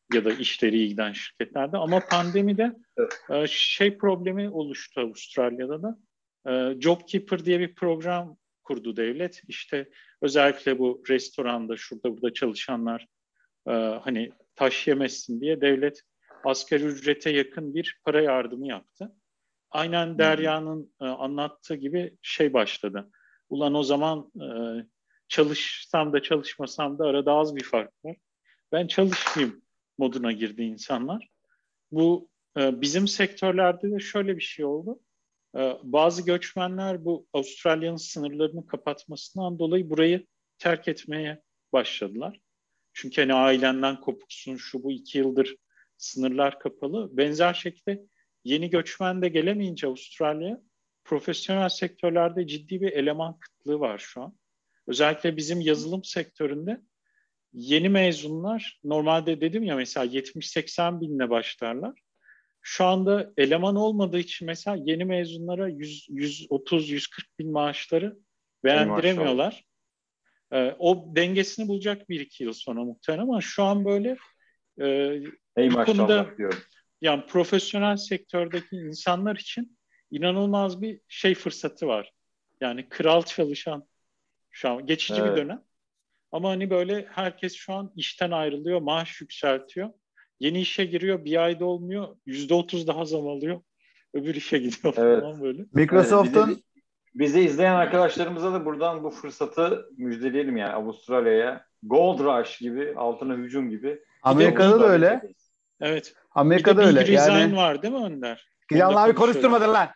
ya da işleri iyi giden şirketlerde. Ama pandemide problemi oluştu Avustralya'da da. JobKeeper diye bir program kurdu devlet. İşte özellikle bu restoranda şurada burada çalışanlar hani taş yemesin diye devlet asgari ücrete yakın bir para yardımı yaptı. Aynen Derya'nın anlattığı gibi başladı. Ulan o zaman çalışsam da çalışmasam da arada az bir fark var. Ben çalışmayayım moduna girdi insanlar. Bu bizim sektörlerde de şöyle bir şey oldu. Bazı göçmenler bu Avustralya'nın sınırlarını kapatmasından dolayı burayı terk etmeye başladılar. Çünkü hani ailenden kopuksun, şu bu 2 yıldır sınırlar kapalı. Benzer şekilde yeni göçmen de gelemeyince Avustralya'ya profesyonel sektörlerde ciddi bir eleman kıtlığı var şu an. Özellikle bizim yazılım sektöründe yeni mezunlar normalde dedim ya mesela 70-80 binle başlarlar. Şu anda eleman olmadığı için mesela yeni mezunlara 130-140 bin maaşları beğendiremiyorlar. O dengesini bulacak 1-2 yıl sonra muhtemelen ama şu an böyle bu konuda diyorum. Yani profesyonel sektördeki insanlar için inanılmaz bir fırsatı var. Yani kral çalışan şu an geçici bir dönem. Ama hani böyle herkes şu an işten ayrılıyor, maaş yükseltiyor. Yeni işe giriyor, bir ayda olmuyor, %30 daha zam alıyor. Öbür işe gidiyor falan böyle. Microsoft'un bizi izleyen arkadaşlarımıza da buradan bu fırsatı müjdeleyelim yani Avustralya'ya. Gold Rush gibi, altına hücum gibi. Amerika'da da öyle. Evet. Amerika'da bir de öyle. Big Resign var değil mi Önder? Gizemli abi konuşturmadın lan.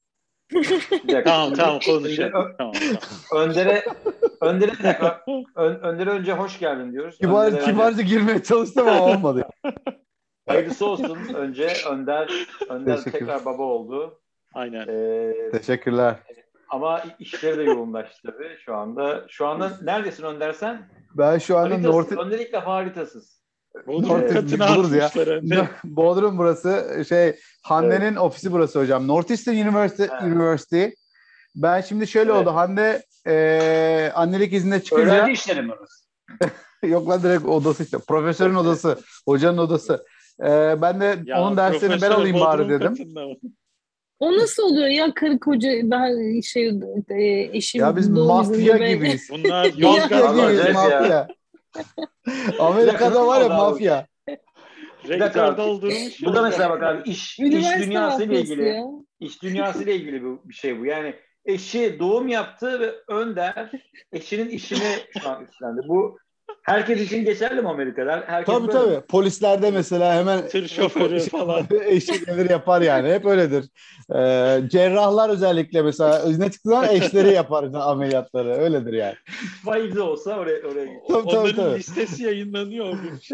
Tamam konuşalım. Tamam. Önder'e tekrar Önder'e önce hoş geldin diyoruz. Kibarca girmeye çalıştım ama olmadı. Hayırlısı olsun. Önce Önder tekrar baba oldu. Aynen. Teşekkürler. Ama işleri de yoğunlaştı tabii şu anda. Şu anda neredesin Önder sen? Ben şu anda Önder ilk defa haritasız. Buluruz ya. Bodrum burası. Hande'nin ofisi burası hocam. Northeastern University. Ben şimdi şöyle oldu. Hande annelik iznine çıkınca... Öğrenci işleri mi orası? Yok lan direkt odası işte. Profesörün odası. Hocanın odası. Ben de onun derslerini ben alayım bari dedim. O nasıl oluyor ya karı koca eşim ya biz mafya gibiyiz. Bunlar mafya gibiyiz mafya. Amerika'da var ya mafya. Rektör doldurmuş. Bu da mesela bak abi iş dünyası ile ilgili. İş dünyası ile ilgili bir şey bu. Yani eşi doğum yaptı ve Önder eşinin işini şu an üstlendi. Bu herkes için geçerli mi Amerika'da? Herkes tabii. Polislerde mesela hemen tır şoförü falan. Eşi gelir yapar yani. Hep öyledir. Cerrahlar özellikle mesela izne çıktığı zaman eşleri yapar ameliyatları. Öyledir yani. Faizi olsa oraya gidiyor. Onların listesi yayınlanıyor.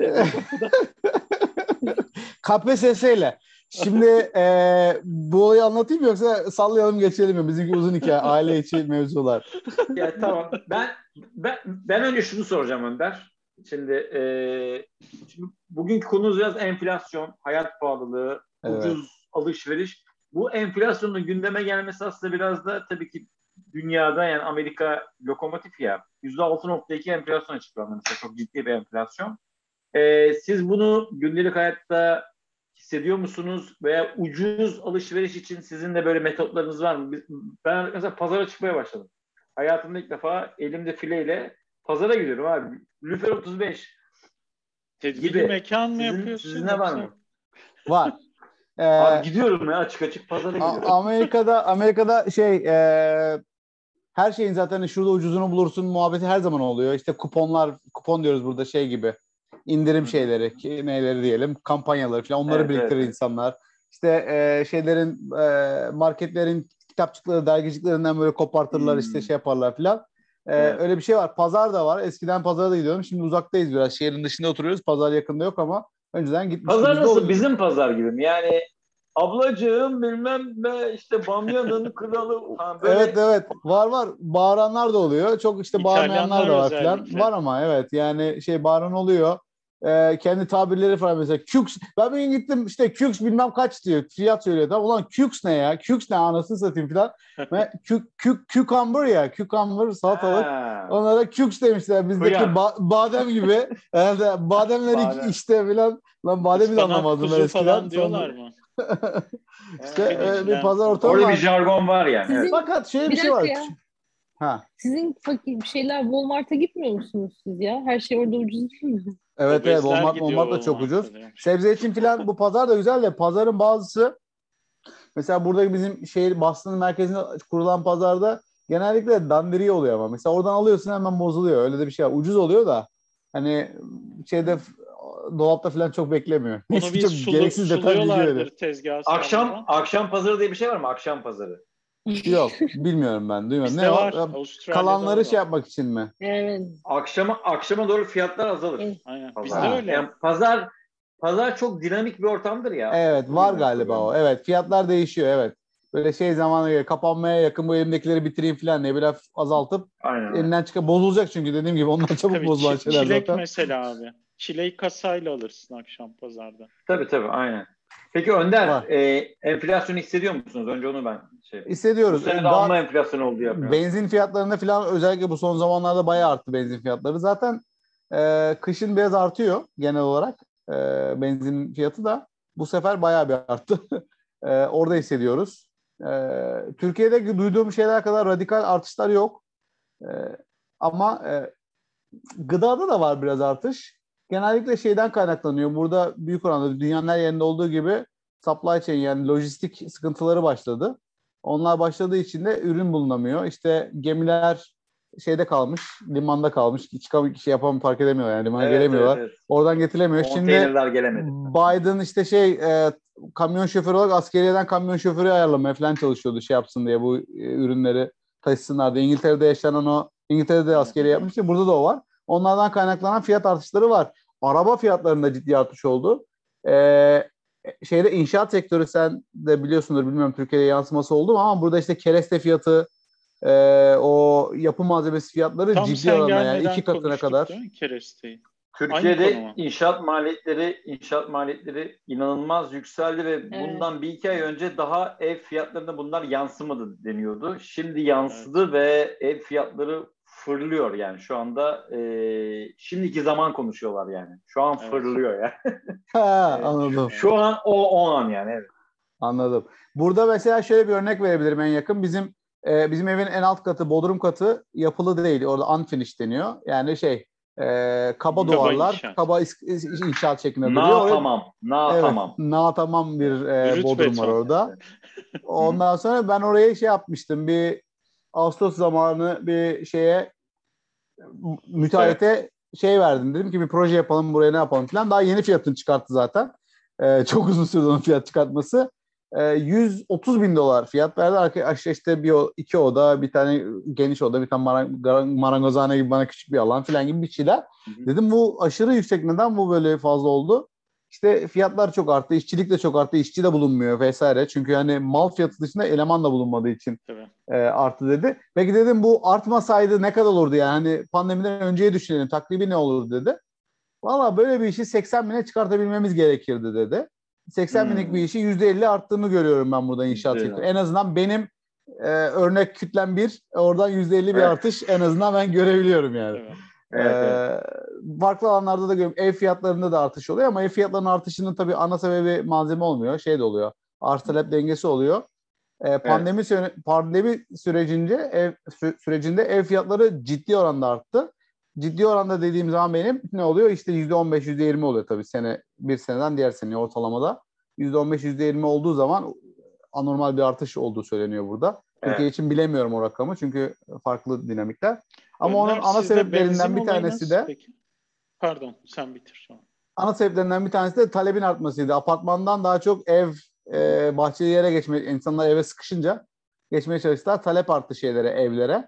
KPSS'yle. Şimdi bu olayı anlatayım mı yoksa sallayalım geçelim mi? Bizimki uzun hikaye. Aile içi mevzular. Ya tamam. Ben önce şunu soracağım Önder. Şimdi bugünkü konumuz biraz enflasyon, hayat pahalılığı, ucuz alışveriş. Bu enflasyonun gündeme gelmesi aslında biraz da tabii ki dünyada yani Amerika lokomotif ya. %6.2 enflasyon açıklandı mesela çok ciddi bir enflasyon. Siz bunu gündelik hayatta hissediyor musunuz? Veya ucuz alışveriş için sizin de böyle metotlarınız var mı? Ben mesela pazara çıkmaya başladım. Hayatımda ilk defa elimde fileyle pazara gidiyorum abi. Lüfer 35 gibi. Mekan mı yapıyorsun? Sizin ne var mı? Var. Abi gidiyorum ya açık pazara gidiyorum. Amerika'da her şeyin zaten şurada ucuzunu bulursun muhabbeti her zaman oluyor. İşte kupon diyoruz burada gibi. İndirim şeyleri, neyleri diyelim, kampanyaları falan onları biriktirir insanlar. İşte marketlerin kitapçıkları, dergiciklerinden böyle kopartırlar yaparlar falan. Öyle bir şey var. Pazar da var. Eskiden pazara da gidiyorum. Şimdi uzaktayız biraz. Şehrin dışında oturuyoruz. Pazar yakında yok ama önceden gitmiştik. Pazar nasıl? Bizim pazar gibi mi? Yani ablacığım bilmem ne işte Bamya'nın kralı. Böyle... Evet. Var. Bağıranlar da oluyor. Çok bağırmayanlar da var falan. Var ama evet yani bağıran oluyor. kendi tabirleri falan mesela. Cux. Ben bir gün gittim işte Cux bilmem kaç diyor. Fiyat söylüyor. Tamam ulan Cux ne ya? Cux ne anasını satayım falan. Cucumber ya. Cucumber salatalık. Ha. Onlara Cux demişler. Bizdeki Kıyak. badem gibi. Yani bademler Badem. işte falan. Lan bademi de Ispanak anlamazdım ben kuzu eskiden. falan diyorlar mı? İşte bir Pirinçlen pazar falan. ortamı Orada bir var. jargon var yani. Evet. Sizin Fakat şöyle bir bir şey dakika var. ya. Ha. Sizin fakir bir şeyler Walmart'a gitmiyor musunuz siz ya? Her şey orada ucuz değil mi? Evet Obezler Walmart da gidiyor çok ucuz. Walmart'a demiş. Sebze için filan bu pazar da güzel de pazarın bazısı mesela burada bizim şehir Boston'ın merkezinde kurulan pazarda genellikle dandiri oluyor ama mesela oradan alıyorsun hemen bozuluyor. Öyle de bir şey var. Ucuz oluyor da hani şeyde dolapta falan çok beklemiyor. Onu Neyse bir çok gereksiz detay bilgi veriyor. suluyorlardır tezgahı Akşam sarmadan. pazarı diye bir şey var mı? Akşam pazarı. Yok bilmiyorum ben duymadım. Ne Bizde o? var. Avustralya'da Kalanları var şey o. yapmak için mi? Evet. Akşama doğru fiyatlar azalır Evet. Aynen. Bizde pazarda. Ha. öyle. Yani pazar çok dinamik bir ortamdır ya. Evet O var yüzden galiba soruyorum. o. Evet fiyatlar değişiyor evet. Böyle şey zamanı göre kapanmaya yakın bu elimdekileri bitireyim falan diye biraz azaltıp Aynen. elinden çıkıp bozulacak çünkü dediğim gibi onlar çabuk Tabii bozulan şeyler çilek zaten. mesela abi. Çileği kasayla alırsın akşam pazarda. Tabii aynen. Peki Önder, Var. enflasyonu hissediyor musunuz? Önce onu ben şey yapayım. Bu Hissediyoruz. sene de amma enflasyon oldu ya biraz. Benzin fiyatlarında falan özellikle bu son zamanlarda bayağı arttı benzin fiyatları. Zaten kışın biraz artıyor genel olarak. Benzin fiyatı da bu sefer bayağı bir arttı. Orada hissediyoruz. Türkiye'de duyduğum şeyler kadar radikal artışlar yok. E, ama gıdada da var biraz artış. Genellikle şeyden kaynaklanıyor. Burada büyük oranda dünyanın her yerinde olduğu gibi supply chain yani lojistik sıkıntıları başladı. Onlar başladığı için de ürün bulunamıyor. İşte gemiler şeyde kalmış, limanda kalmış. Şey yapamıyor, park edemiyorlar yani limana gelemiyorlar. Evet. Oradan getiremiyor. Şimdi Konteynerler gelemedi. Biden işte kamyon şoförü olarak askeriyeden kamyon şoförü ayarlamaya falan çalışıyordu şey yapsın diye bu ürünleri taşısınlar diye. İngiltere'de askeri yapmıştı. Burada da o var. Onlardan kaynaklanan fiyat artışları var. Araba fiyatlarında ciddi artış oldu. İnşaat sektörü sen de biliyorsundur bilmiyorum Türkiye'de yansıması oldu mu ama burada işte kereste fiyatı o yapı malzemesi fiyatları Tam ciddi sen oranla yani gelmeden 2 katına konuştuk değil kadar. mi keresteyi? Aynı konu Türkiye'de mu? inşaat maliyetleri inanılmaz yükseldi ve Evet. bundan 1-2 ay önce daha ev fiyatlarına bunlar yansımadı deniyordu. Şimdi yansıdı ve ev fiyatları fırlıyor yani şu anda şimdiki zaman konuşuyorlar yani. Şu an fırlıyor yani. Ha, anladım. Şu an o an yani evet. Anladım. Burada mesela şöyle bir örnek verebilirim en yakın. Bizim evin en alt katı, bodrum katı yapılı değil. Orada unfinished deniyor. Yani kaba duvarlar, inşaat. kaba inşaat şeklinde duruyor. Oraya, evet, Tamam. tamam bir Brüt bodrum var beton. orada. Ondan sonra ben oraya şey yapmıştım. Bir Ağustos zamanı bir müteahhite şey verdim. Dedim ki bir proje yapalım buraya ne yapalım falan. Daha yeni fiyatını çıkarttı zaten. Çok uzun sürdü onun fiyat çıkartması. 130 bin dolar fiyat verdi. Arkadaşlar işte iki oda, bir tane geniş oda, bir tane marangozhane gibi bana küçük bir alan falan gibi bir şeyler. Dedim bu aşırı yüksek neden bu böyle fazla oldu? İşte fiyatlar çok arttı, işçilik de çok arttı, işçi de bulunmuyor vesaire. Çünkü hani mal fiyatı dışında eleman da bulunmadığı için arttı dedi. Peki dedim bu artmasaydı ne kadar olurdu yani hani pandemiden önceye düşünelim takribi ne olurdu dedi. Valla böyle bir işi 80 bine çıkartabilmemiz gerekirdi dedi. 80 binlik bir işi %50 arttığını görüyorum ben burada inşaat sektörü. En azından benim örnek kütlem oradan %50 bir artış en azından ben görebiliyorum yani. Evet. Farklı alanlarda da görüyorum. Ev fiyatlarında da artış oluyor ama ev fiyatlarının artışının tabii ana sebebi malzeme olmuyor. Şey de oluyor. Arz talep dengesi oluyor. Pandemi sürecinde ev fiyatları ciddi oranda arttı. Ciddi oranda dediğim zaman benim ne oluyor? İşte %15, %20 oluyor tabii bir seneden diğer seneye ortalamada. %15, %20 olduğu zaman anormal bir artış olduğu söyleniyor burada. Türkiye için bilemiyorum o rakamı çünkü farklı dinamikler. Ama Önder, onun ana sebeplerinden bir tanesi de peki? Pardon sen bitir sonra. Ana sebeplerinden bir tanesi de talebin artmasıydı. Apartmandan daha çok bahçeli yere insanlar eve sıkışınca geçmeye çalıştılar. Talep arttı evlere.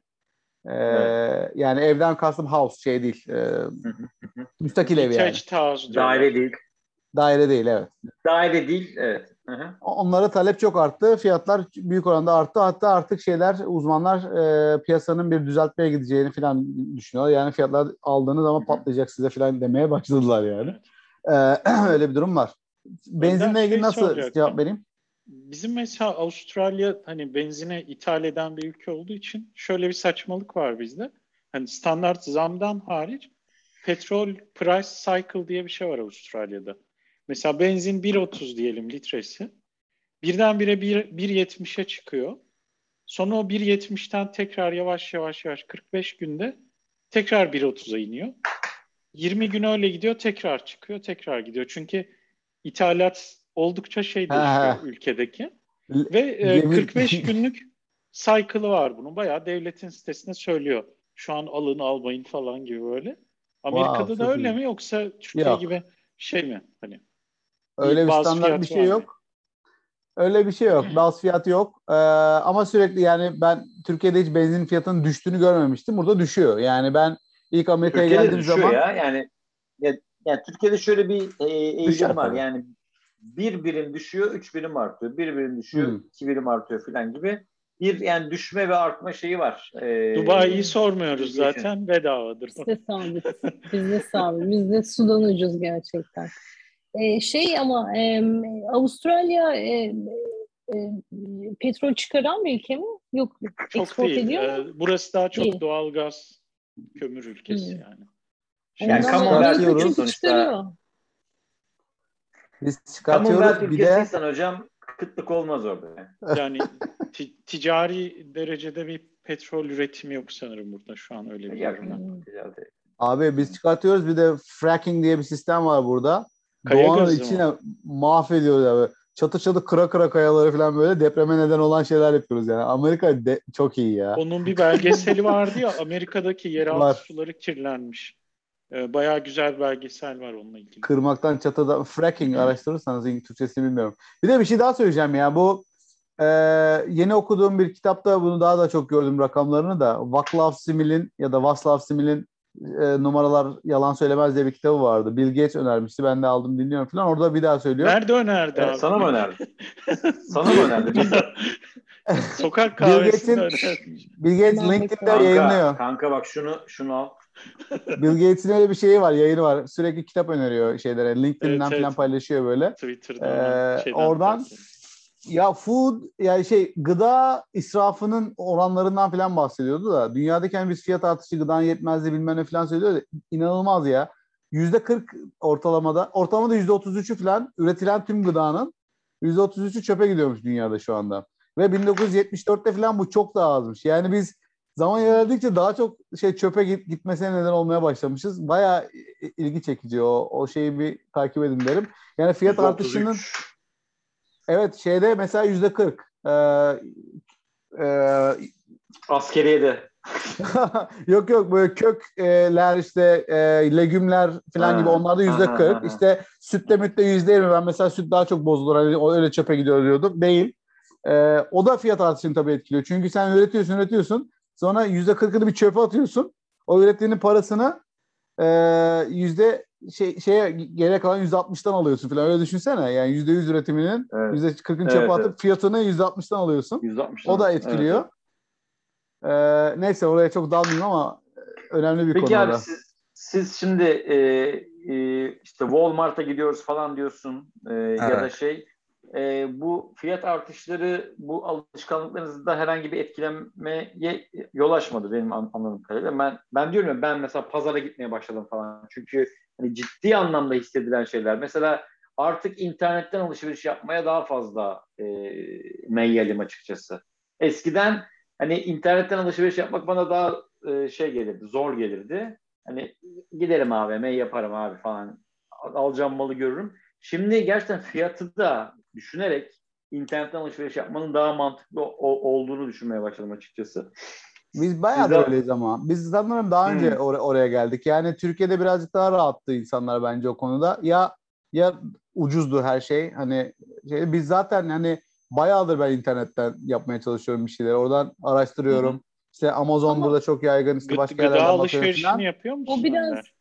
Yani evden kastım house değil. Müstakil ev yani. Detached house diyorlar. Daire değil. Daire değil evet. Daire değil evet. Hı hı. Onlara talep çok arttı. Fiyatlar büyük oranda arttı. Hatta artık uzmanlar piyasanın bir düzeltmeye gideceğini falan düşünüyorlar. Yani fiyatlar aldığınız zaman patlayacak size falan demeye başladılar yani. Öyle bir durum var. Ender Benzinle ilgili nasıl cevap soracaktım. vereyim? Bizim mesela Avustralya hani benzine ithal eden bir ülke olduğu için şöyle bir saçmalık var bizde. Hani standart zamdan hariç petrol price cycle diye bir şey var Avustralya'da. Mesela benzin 1.30 diyelim litresi. Birdenbire 1.70'e çıkıyor. Sonra o 1.70'ten tekrar yavaş yavaş 45 günde tekrar 1.30'a iniyor. 20 gün öyle gidiyor, tekrar çıkıyor, tekrar gidiyor. Çünkü ithalat oldukça He değişiyor he. ülkedeki. Ve Gemi 45 günlük cycle'ı var bunun. Bayağı devletin sitesinde söylüyor. Şu an alın almayın falan gibi böyle. wow, Amerika'da da çok öyle iyi. mi yoksa Türkiye gibi Yok. şey mi? Hani Öyle bir bazı standart bir fiyatı şey var mı? yok. Öyle bir şey yok. Baz fiyatı yok. Ama sürekli yani ben Türkiye'de hiç benzin fiyatının düştüğünü görmemiştim. Burada düşüyor. Yani ben ilk Amerika'ya Türkiye'de de geldiğim düşüyor zaman ya. Ya, yani Türkiye'de şöyle bir düşer eğilim var. tabii. Yani bir birim düşüyor, 3 birim artıyor. Bir birim düşüyor, Hmm. 2 birim artıyor falan gibi. Bir yani düşme ve artma şeyi var. Dubai'yi sormuyoruz Aviation. zaten, bedavadır. Bizde sabit. Bizde sabit. Bizde sudan ucuz gerçekten. Ama Avustralya e, petrol çıkaran bir ülke mi? Yok. Çok Export değil. ediyor mu? Burası daha çok Değil. doğalgaz, kömür ülkesi Hmm. yani. Yani Ondan Şehir Amerika Commonwealth ülkesi Çıkartıyoruz. çünkü sonuçta. çıkarıyor. Biz Commonwealth çıkartıyoruz. Bir de ülkesiysen hocam kıtlık olmaz orada. yani ticari derecede bir petrol üretimi yok sanırım burada, şu an öyle Yok. biliyorum ben. abi biz çıkartıyoruz. Bir de fracking diye bir sistem var burada. Kaya Doğanın gazı mı? içine mahvediyoruz abi. Çatı çatı kıra kıra kayaları falan böyle depreme neden olan şeyler yapıyoruz yani. Amerika çok iyi ya. Onun bir belgeseli vardı ya, Amerika'daki yeraltı Var. suları kirlenmiş. Bayağı güzel belgesel var onunla ilgili. Kırmaktan çatıda fracking araştırırsanız Türkçesini bilmiyorum. Bir de bir şey daha söyleyeceğim ya. Bu e, yeni okuduğum bir kitapta bunu daha da çok gördüm rakamlarını da. Vaclav Smil'in ya da Václav Smil'in Numaralar Yalan Söylemez diye bir kitabı vardı. Bill Gates önermişti. Ben de aldım dinliyorum falan. Orada bir daha söylüyor. Nerede önerdi abi? Sana mı önerdi? Sana mı önerdi? Bilmiyorum. Sokak Bill kahvesinde Gates'in önermiş. Bill Gates Hemen LinkedIn'de bakalım. yayınlıyor. Kanka bak şunu al. Bill Gates'in öyle bir şeyi var, yayını var. Sürekli kitap öneriyor şeylere. Evet LinkedIn'den falan evet. paylaşıyor böyle. Twitter'dan o şeyden de Oradan takip ediyorum. ya yani gıda israfının oranlarından falan bahsediyordu da dünyadaki hani biz fiyat artışı, gıdanın yetmezliği bilmem ne falan söylüyor da inanılmaz ya. %40 ortalamada %33'ü falan üretilen tüm gıdanın %33'ü çöpe gidiyormuş dünyada şu anda. Ve 1974'te falan bu çok daha azmış. Yani biz zaman ilerledikçe daha çok çöpe gitmesine neden olmaya başlamışız. Bayağı ilgi çekici o şeyi bir takip edin derim. Yani fiyat artışının %33. evet mesela %40. E, Askeriyede. yok böyle kökler legümler falan gibi onlarda %40. Ha. İşte sütte mütte %20. Ben mesela süt daha çok bozulur. Hani öyle çöpe gidiyor diyordum. Değil. O da fiyat artışını tabii etkiliyor. Çünkü sen üretiyorsun. Sonra %40'ını bir çöpe atıyorsun. O ürettiğinin parasını yüzde şeye geriye kalan %60'tan alıyorsun falan. Öyle düşünsene. Yani %100 üretiminin Evet. %40'ını çöpe Evet, atıp evet. fiyatını %60'tan alıyorsun. 160 O da alıyorsun. Evet, etkiliyor. evet. Neyse oraya çok dalmayayım ama önemli bir Peki konu o abi da. siz şimdi işte Walmart'a gidiyoruz falan diyorsun ya da Evet. bu fiyat artışları bu alışkanlıklarınızda herhangi bir etkilemeye yol açmadı benim anladığım kadarıyla. Ben diyorum ya, ben mesela pazara gitmeye başladım falan. Çünkü hani ciddi anlamda hissedilen şeyler. Mesela artık internetten alışveriş yapmaya daha fazla meyyelim açıkçası. Eskiden hani internetten alışveriş yapmak bana daha gelirdi, zor gelirdi. Hani giderim AVM'ye yaparım abi falan. Alacağım malı görürüm. Şimdi gerçekten fiyatı da düşünerek internetten alışveriş yapmanın daha mantıklı olduğunu düşünmeye başladım açıkçası. Biz Sizde bayağıdır öyleyiz ama. Biz sanırım daha önce hmm, oraya geldik. Yani Türkiye'de birazcık daha rahattı insanlar bence o konuda. Ya ucuzdu her şey. Hani biz zaten hani bayağıdır ben internetten yapmaya çalışıyorum bir şeyleri. Oradan hı hı. araştırıyorum. İşte Amazon Ama burada çok yaygın. İşte başka gıda yerlerden bakıyorum alışverişini falan. yapıyor O musun biraz Önder?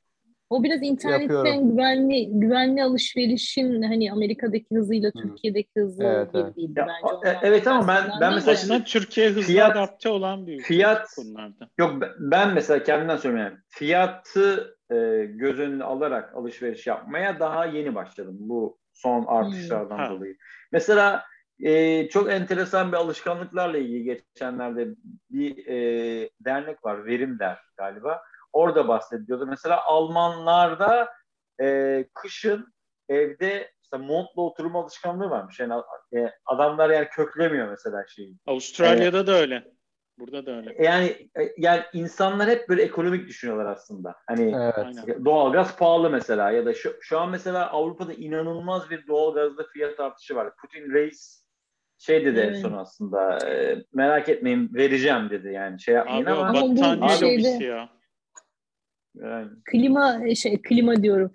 O biraz internetten Yapıyorum. güvenli alışverişin hani Amerika'daki hızıyla Türkiye'deki hızı Evet, gibi evet. değildi Ya, bence. Ondan evet ama bahsettiğimden ben değil mesela de. Aslında Türkiye hızlı fiyat adapte olan bir ülke bu fiyat konularda. yok, ben mesela kendimden söylüyorum, yani fiyatı göz önüne alarak alışveriş yapmaya daha yeni başladım bu son artışlardan Ha. dolayı. Mesela çok enteresan bir alışkanlıklarla ilgili geçenlerde bir dernek var, Verimler galiba. Orada bahsediyordu. Mesela Almanlarda kışın evde işte montla oturma alışkanlığı varmış. Yani adamlar yani köklemiyor mesela şeyi. Yani Avustralya'da da öyle. Burada da öyle. yani insanlar hep böyle ekonomik düşünüyorlar aslında. Hani Evet. Aynen. doğalgaz pahalı mesela, ya da şu an mesela Avrupa'da inanılmaz bir doğalgazda fiyat artışı var. Putin reis şey dedi en Evet. son aslında, merak etmeyin vereceğim dedi, yani şey yapmayın Abi o ama Ama bu battaniye abi lobisi şeyde ya. yani, klima diyorum.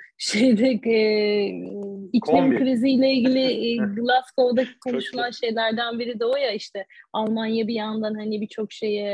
İklim kombi. kriziyle ilgili Glasgow'daki Kökle. konuşulan şeylerden biri de o ya, işte Almanya bir yandan hani birçok şeye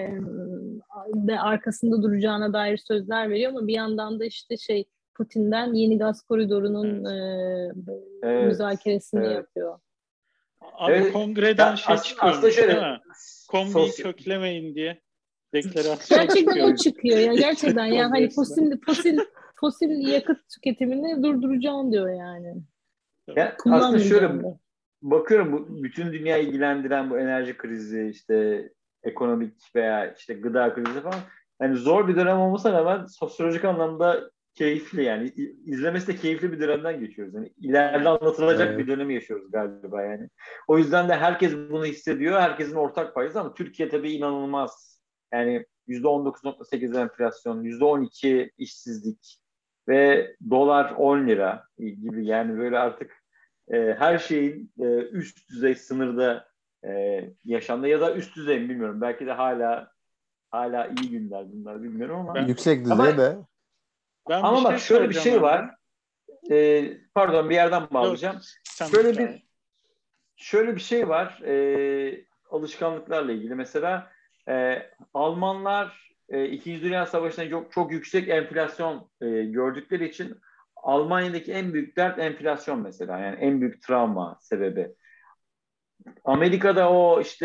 de arkasında duracağına dair sözler veriyor ama bir yandan da işte Putin'den yeni gaz koridorunun Evet. Evet, müzakeresini evet. yapıyor. Abi Evet. kongreden Ya aslında çıkıyormuş değil şöyle mi? Kombiyi sosyal. köklemeyin diye deklarasyon Gerçekten o çıkıyormuş. çıkıyor ya, İklim gerçekten ya hani kongresinde. fosil yakıt tüketimini durduracağım diyor yani. Ya aslında şöyle Kullanmayacağım da. bakıyorum, bu bütün dünyayı ilgilendiren bu enerji krizi, işte ekonomik veya işte gıda krizi falan, yani zor bir dönem olmasına rağmen sosyolojik anlamda keyifli, yani izlemesi de keyifli bir dönemden geçiyoruz. Yani ileride Aynen. anlatılacak bir Evet. dönemi yaşıyoruz galiba yani. O yüzden de herkes bunu hissediyor. Herkesin ortak paydası, ama Türkiye tabii inanılmaz. Yani %19,8 enflasyon, %12 işsizlik ve dolar 10 lira gibi, yani böyle artık her şeyin üst düzey sınırda yaşandı, ya da üst düzey mi bilmiyorum. Belki de hala iyi günler bunlar, bilmiyorum ama Ben Yüksek ama düzeyde. ben bir ama bak, şey şöyle bir soracağım şey abi. var. Pardon, bir yerden Yok, bağlayacağım. sen Şöyle bitir abi. bir şöyle bir şey var. Alışkanlıklarla ilgili mesela Almanlar İkinci Dünya Savaşı'nda çok yüksek enflasyon gördükleri için Almanya'daki en büyük dert enflasyon mesela. Yani en büyük travma sebebi. Amerika'da o işte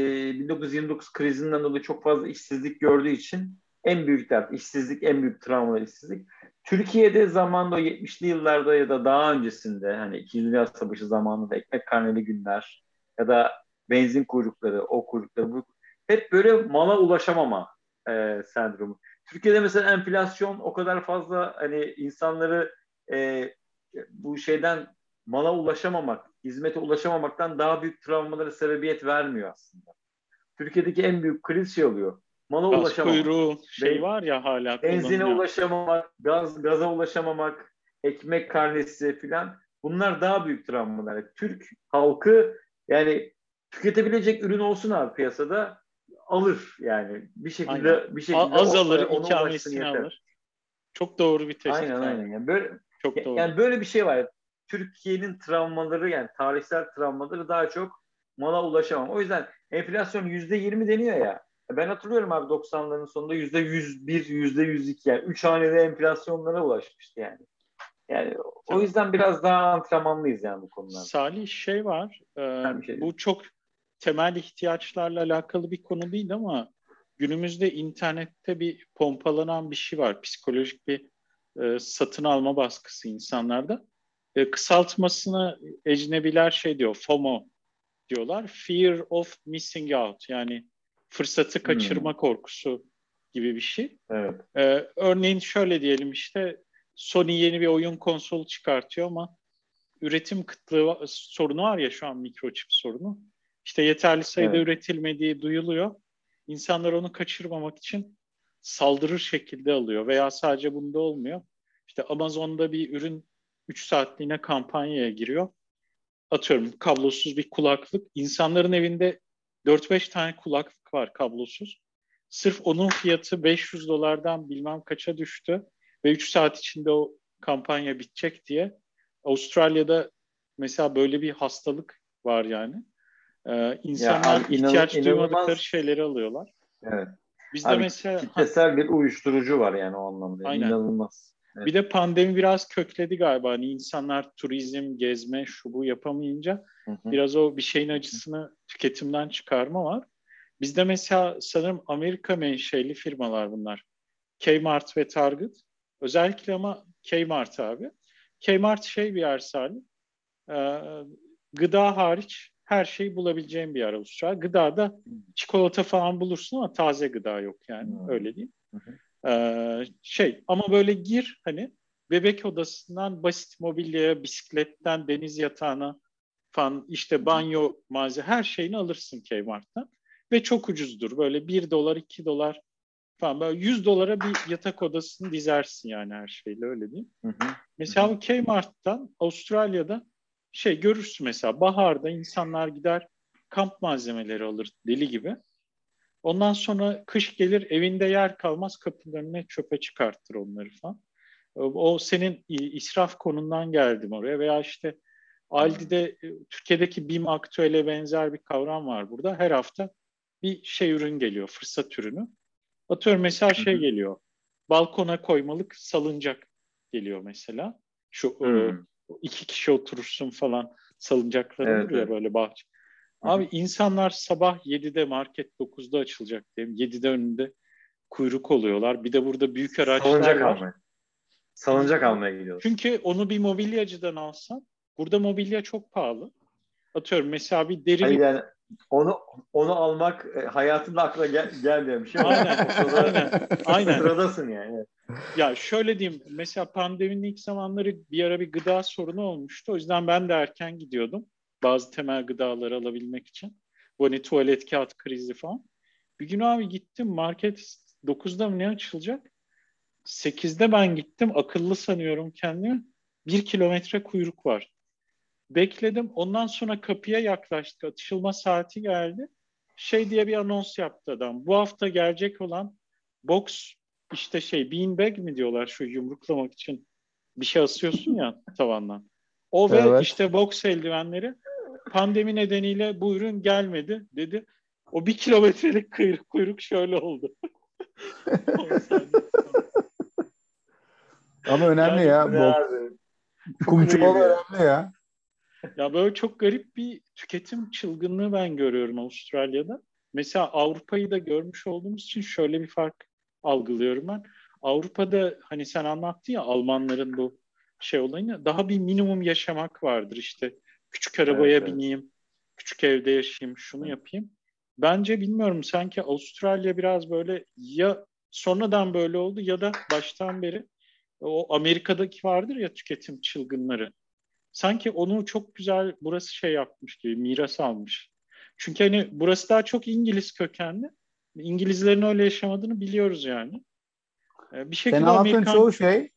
1929 krizinden dolayı çok fazla işsizlik gördüğü için en büyük dert işsizlik, en büyük travma işsizlik. Türkiye'de zamanında o 70'li yıllarda ya da daha öncesinde, hani İkinci Dünya Savaşı zamanında ekmek karneli günler ya da benzin kuyrukları, o kuyrukları, bu hep böyle mala ulaşamama sendromu. Türkiye'de mesela enflasyon o kadar fazla, hani insanları e, bu şeyden, mala ulaşamamak, hizmete ulaşamamaktan daha büyük travmalara sebebiyet vermiyor aslında. Türkiye'deki en büyük kriz şey oluyor. Mala Gaz ulaşamamak. kuyruğu şey var ya hala Benzine kullanılıyor. ulaşamamak, gaza ulaşamamak, ekmek karnesi filan. Bunlar daha büyük travmalar. Türk halkı yani tüketebilecek ürün olsun abi piyasada, alır yani. Bir Aynen. şekilde bir şekilde Az alır, ona ulaşsın ikamesini yeter. alır. Çok doğru bir Aynen tespit abi. aynen. Yani böyle, Çok doğru. yani böyle bir şey var. Türkiye'nin travmaları, yani tarihsel travmaları daha çok mala ulaşamam. O yüzden enflasyon %20 deniyor ya. Ben hatırlıyorum abi, 90'ların sonunda %101, %102, yani 3 haneli enflasyonlara ulaşmıştı yani. Yani o Tabii. yüzden biraz daha antrenmanlıyız yani bu konularda. Salih şey var. Sen bir şey Bu diyeyim. çok temel ihtiyaçlarla alakalı bir konu değil ama günümüzde internette bir pompalanan bir şey var. Psikolojik bir satın alma baskısı insanlarda. Kısaltmasını ecnebiler şey diyor, FOMO diyorlar. Fear of missing out, yani fırsatı Hmm, kaçırma korkusu gibi bir şey. evet. Örneğin şöyle diyelim, işte Sony yeni bir oyun konsolu çıkartıyor ama üretim kıtlığı sorunu var ya, şu an mikroçip sorunu. İşte yeterli sayıda Evet. üretilmediği duyuluyor. İnsanlar onu kaçırmamak için saldırır şekilde alıyor veya sadece bunda olmuyor. İşte Amazon'da bir ürün 3 saatliğine kampanyaya giriyor. Atıyorum kablosuz bir kulaklık. İnsanların evinde 4-5 tane kulaklık var kablosuz. Sırf onun fiyatı $500'dan bilmem kaça düştü ve 3 saat içinde o kampanya bitecek diye. Avustralya'da mesela böyle bir hastalık var yani. Ya İnsanlar abi, ihtiyaç duymadıkları inanılmaz. şeyleri alıyorlar. Evet. Bizde Abi mesela kitlesel bir uyuşturucu var yani o anlamda. Yani aynen. inanılmaz. Evet. Bir de pandemi biraz kökledi galiba. Hani insanlar turizm, gezme, şu bu yapamayınca biraz o bir şeyin acısını tüketimden çıkarma var. Bizde mesela sanırım Amerika menşeli firmalar bunlar. Kmart ve Target. Özellikle ama Kmart abi. Kmart bir yer Salih. Gıda hariç her şeyi bulabileceğin bir yer Avustralya. Gıdada çikolata falan bulursun ama taze gıda yok yani. Öyle değil. Ama böyle gir hani bebek odasından basit mobilyaya, bisikletten deniz yatağına falan işte banyo malzeme her şeyini alırsın Kmart'tan. Ve çok ucuzdur. Böyle $1, $2 falan. Böyle $100 bir yatak odasını dizersin yani her şeyle öyle değil. Mesela bu Kmart'tan Avustralya'da görürsün mesela baharda insanlar gider kamp malzemeleri alır deli gibi. Ondan sonra kış gelir evinde yer kalmaz kapının önüne çöpe çıkartır onları falan. O senin israf konundan geldim oraya veya işte Aldi'de Türkiye'deki BİM Aktüel'e benzer bir kavram var burada. Her hafta bir ürün geliyor, fırsat ürünü. Atıyorum mesela geliyor. Balkona koymalık salıncak geliyor mesela. Şu 2 kişi oturursun falan salıncaklar olur ya böyle bahçe. Abi insanlar sabah 7'de market 9'da açılacak diyelim. 7'de önünde kuyruk oluyorlar. Bir de burada büyük araçlar var. Salıncak almaya gidiyoruz. Çünkü onu bir mobilyacıdan alsan burada mobilya çok pahalı. Atıyorum mesela bir deri... Hayır yani onu almak hayatında aklına gelmeyen bir şey. Aynen. Sıradasın yani. Evet. Ya şöyle diyeyim mesela pandeminin ilk zamanları bir ara bir gıda sorunu olmuştu. O yüzden ben de erken gidiyordum. Bazı temel gıdaları alabilmek için. Bu hani tuvalet kağıt krizi falan. Bir gün abi gittim market 9'da mı ne açılacak? 8'de ben gittim akıllı sanıyorum kendimi. 1 kilometre kuyruk var. Bekledim ondan sonra kapıya yaklaştık. Açılma saati geldi. Diye bir anons yaptı adam. Bu hafta gelecek olan box işte beanbag mi diyorlar şu yumruklamak için bir şey asıyorsun ya tavandan. O ve Evet. işte box eldivenleri pandemi nedeniyle bu ürün gelmedi dedi. O 1 kilometrelik kuyruk şöyle oldu. Ama önemli Yani, ya. Kum çuvalı önemli ya. Ya böyle çok garip bir tüketim çılgınlığı ben görüyorum Avustralya'da. Mesela Avrupa'yı da görmüş olduğumuz için şöyle bir fark algılıyorum ben. Avrupa'da hani sen anlattın ya Almanların bu olayını daha bir minimum yaşamak vardır işte. Küçük arabaya bineyim, küçük evde yaşayayım, şunu yapayım. Bence bilmiyorum sanki Avustralya biraz böyle ya sonradan böyle oldu ya da baştan beri o Amerika'daki vardır ya tüketim çılgınları. Sanki onu çok güzel burası yapmış gibi miras almış. Çünkü hani burası daha çok İngiliz kökenli. İngilizlerin öyle yaşamadığını biliyoruz yani. Bir Senin şekilde anlattığın Amerikan...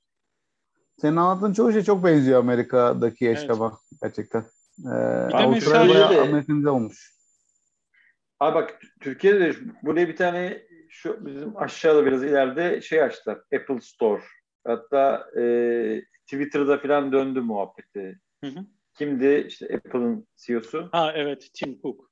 çoğu şey çok benziyor Amerika'daki Evet. yaşama gerçekten. Bir de mesela Avustralya bayağı Amerikanize olmuş. Abi bak Türkiye'de de buraya bir tane şu bizim aşağıda biraz ileride açtılar. Apple Store. Hatta Twitter'da falan döndü muhabbeti. Hı. Kimdi? İşte Apple'ın CEO'su. Evet, Tim Cook.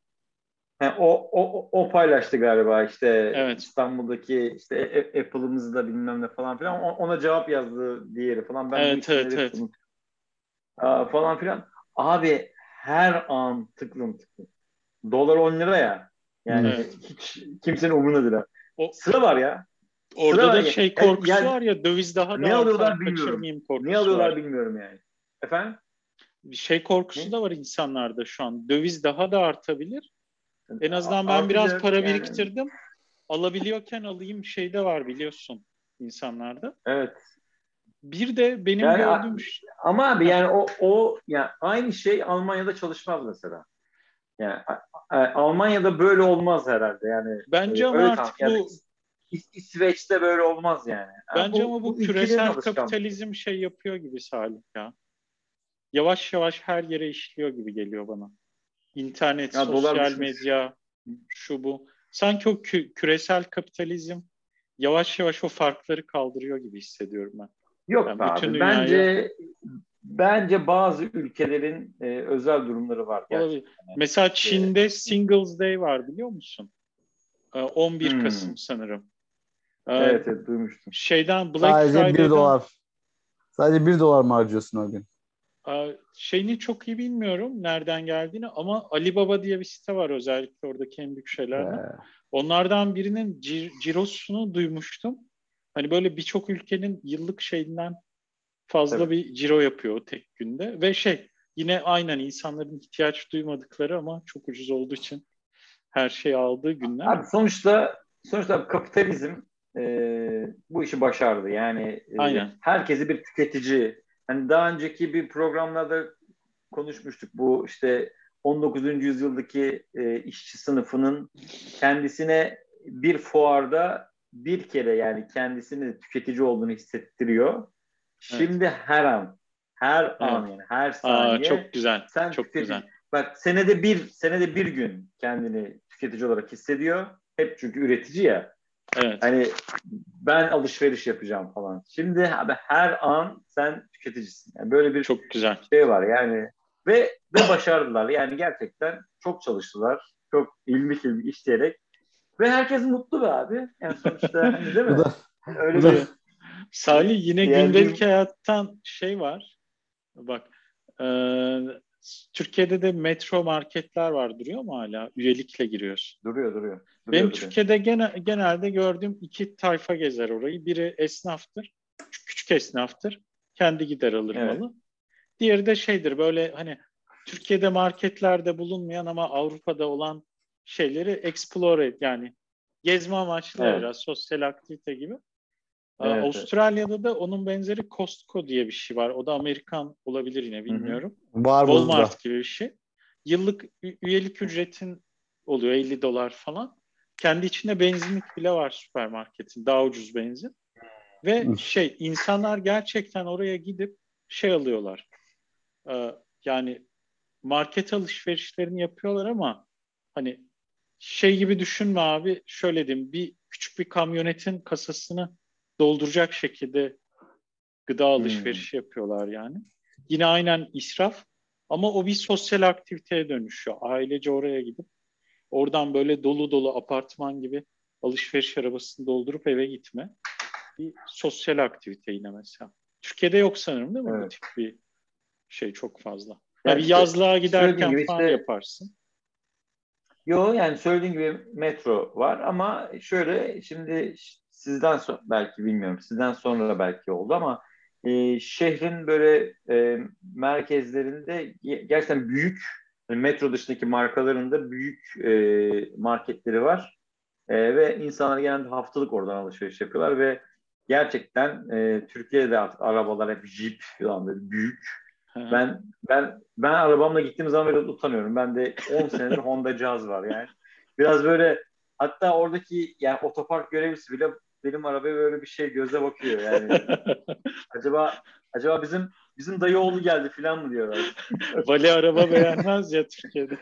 O paylaştı galiba işte Evet. İstanbul'daki işte Apple'ımızda bilmem ne falan filan. Ona cevap yazdı diğeri falan. Ben bu isimleri Evet. falan filan. Abi her an tıklım. Dolar 10 lira ya. Yani hiç kimsenin umurunda değil. Sıra var ya. Sıra Orada var da ya. korkusu Yani var ya döviz daha da ne artar alıyorlar bilmiyorum. kaçırmayayım Ne korkusu alıyorlar var. bilmiyorum yani. Efendim? Korkusu Ne? da var insanlarda şu an. Döviz daha da artabilir. En azından ben biraz Artacak para yani. biriktirdim. Alabiliyorken alayım de var biliyorsun insanlarda. Evet. Bir de benim Yani gördüğüm... ama abi yani o yani aynı şey Almanya'da çalışmaz mesela. Yani Almanya'da böyle olmaz herhalde. Yani Bence ama öyle tamam. artık Yani bu İsveç'te böyle olmaz yani. bence ama Bu bu ülkelerin küresel alışkanlığı. kapitalizm yapıyor gibi Salih ya. Yavaş yavaş her yere işliyor gibi geliyor bana. İnternet, Ya dolar sosyal düşmüş. medya, şu bu. Sanki o küresel kapitalizm yavaş yavaş o farkları kaldırıyor gibi hissediyorum ben. Yok Yani be bütün abi. dünyaya Bence bazı ülkelerin özel durumları var olabilir. gerçekten. Yani, Mesela Çin'de Singles Day var biliyor musun? 11 hmm. Kasım sanırım. Evet, evet, duymuştum. Şeyden Black Sadece Friday'den 1 dolar. Sadece 1 dolar mı harcıyorsun o gün? Şeyini çok iyi bilmiyorum nereden geldiğini ama Alibaba diye bir site var özellikle oradaki en büyük şeylerden. Onlardan birinin cirosunu duymuştum. Hani böyle birçok ülkenin yıllık şeyinden fazla Tabii. bir ciro yapıyor o tek günde. Ve yine aynen insanların ihtiyaç duymadıkları ama çok ucuz olduğu için her şey aldığı günler. Abi sonuçta kapitalizm bu işi başardı. Yani Aynen. herkesi bir tüketici. Hani daha önceki bir programlarda konuşmuştuk. Bu işte 19. yüzyıldaki işçi sınıfının kendisine bir fuarda bir kere yani kendisini tüketici olduğunu hissettiriyor. Evet. Şimdi her Evet. an yani her saniye Çok güzel. sen Çok tüketici. güzel. Bak senede bir gün kendini tüketici olarak hissediyor. Hep çünkü üretici ya. Evet. Hani ben alışveriş yapacağım falan. Şimdi abi her an sen tüketicisin. Yani böyle bir Çok güzel. şey var yani ve başardılar. Yani gerçekten çok çalıştılar. Çok ilmi işleyerek ve herkes mutlu be abi. Yani sonuçta hani değil Bu mi? da Yani bu öyle da bir Salih yine yani gündelik bir hayattan var. Bak e, Türkiye'de de metro marketler var duruyor mu hala? Üyelikle giriyorsun. Benim duruyor. Türkiye'de genelde gördüğüm iki tayfa gezer orayı. Biri esnaftır. Küçük esnaftır. Kendi gider alır Evet. malı. Diğeri de böyle hani Türkiye'de marketlerde bulunmayan ama Avrupa'da olan şeyleri explore et yani gezme amaçlı Evet. biraz sosyal aktivite gibi. Evet. Avustralya'da da onun benzeri Costco diye bir şey var. O da Amerikan olabilir yine Hı hı. bilmiyorum. var burada. Walmart gibi bir şey. Yıllık üyelik ücretin oluyor 50 dolar falan. Kendi içinde benzinlik bile var süpermarketin. Daha ucuz benzin. Ve insanlar gerçekten oraya gidip alıyorlar. Yani market alışverişlerini yapıyorlar ama hani gibi düşünme abi. Şöyle diyeyim küçük bir kamyonetin kasasını dolduracak şekilde gıda Hmm. alışverişi yapıyorlar yani. Yine aynen israf ama o bir sosyal aktiviteye dönüşüyor. Ailece oraya gidip oradan böyle dolu dolu apartman gibi alışveriş arabasını doldurup eve gitme. Bir sosyal aktivite yine mesela. Türkiye'de yok sanırım değil mi bu Evet. tip bir çok fazla. Ya Yani bir işte yazlığa söylediğin giderken gibi falan işte yaparsın. yani söylediğin gibi metro var ama şöyle şimdi sizden sonra belki bilmiyorum sizden sonra belki oldu ama şehrin böyle merkezlerinde gerçekten büyük yani metro dışındaki markalarında büyük marketleri var. Ve insanlar genelde haftalık oradan alışveriş yapıyorlar ve gerçekten Türkiye'de artık arabalar hep Jeep falan böyle büyük. Hı. Ben arabamla gittiğim zaman böyle utanıyorum. Ben de 10 senedir Honda Jazz var yani. Biraz böyle hatta oradaki yani otopark görevlisi bile benim arabaya böyle bir şey göze bakıyor yani. Acaba acaba bizim dayı oğlu geldi falan mı diyorlar. Vali araba beğenmez ya Türkiye'de.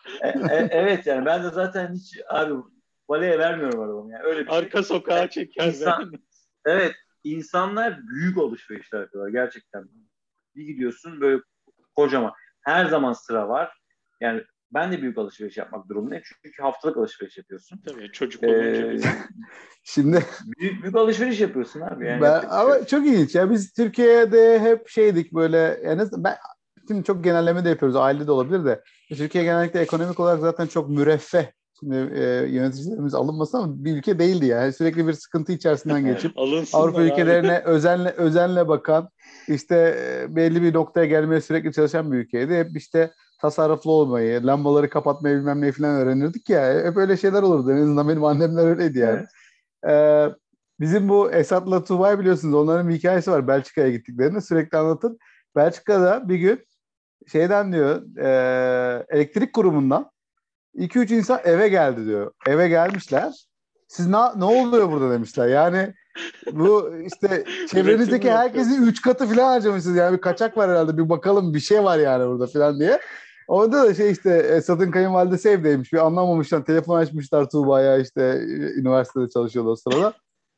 Evet yani ben de zaten hiç abi valeye vermiyorum arabamı yani öyle bir şey. Arka sokağa Yani çeker beğenmez. evet insanlar büyük alışverişler yapıyorlar gerçekten. Bir gidiyorsun böyle kocaman. Her zaman sıra var. Yani ben de büyük alışveriş yapmak durumundayım. Çünkü haftalık alışveriş yapıyorsun. Tabii çocuk olunca Ee, bir de. Şimdi büyük alışveriş yapıyorsun abi. Yani ben yapacak bir şey ama yok. çok ilginç ya, biz Türkiye'de hep şeydik böyle, en azından ben şimdi çok genelleme de yapıyoruz, aile de olabilir de Türkiye genellikle ekonomik olarak zaten çok müreffeh. Şimdi yöneticilerimiz alınmasın ama bir ülke değildi yani, sürekli bir sıkıntı içerisinden geçip Avrupa Alınsınlar abi. ülkelerine özenle bakan, işte belli bir noktaya gelmeye sürekli çalışan bir ülkeydi. Hep işte tasarruflu olmayı, lambaları kapatmayı bilmem ne falan öğrenirdik ya, hep öyle şeyler olurdu, en azından benim annemler öyleydi yani. Evet. Ee, Bizim bu Esat'la Tuğba'yı biliyorsunuz. Onların bir hikayesi var, Belçika'ya gittiklerini sürekli anlatır. Belçika'da bir gün şeyden diyor, elektrik kurumundan 2-3 insan eve geldi diyor. Eve gelmişler. Siz ne oluyor burada demişler. Yani bu işte Üretim mi çevrenizdeki herkesin yapıyorsun? 3 katı falan harcamışsınız. Yani bir kaçak var herhalde, bir bakalım bir şey var yani burada falan diye. Orada da işte Esat'ın kayınvalidesi evdeymiş. Bir anlamamışlar. Telefon açmışlar Tuğba'ya, işte üniversitede çalışıyordu o sırada.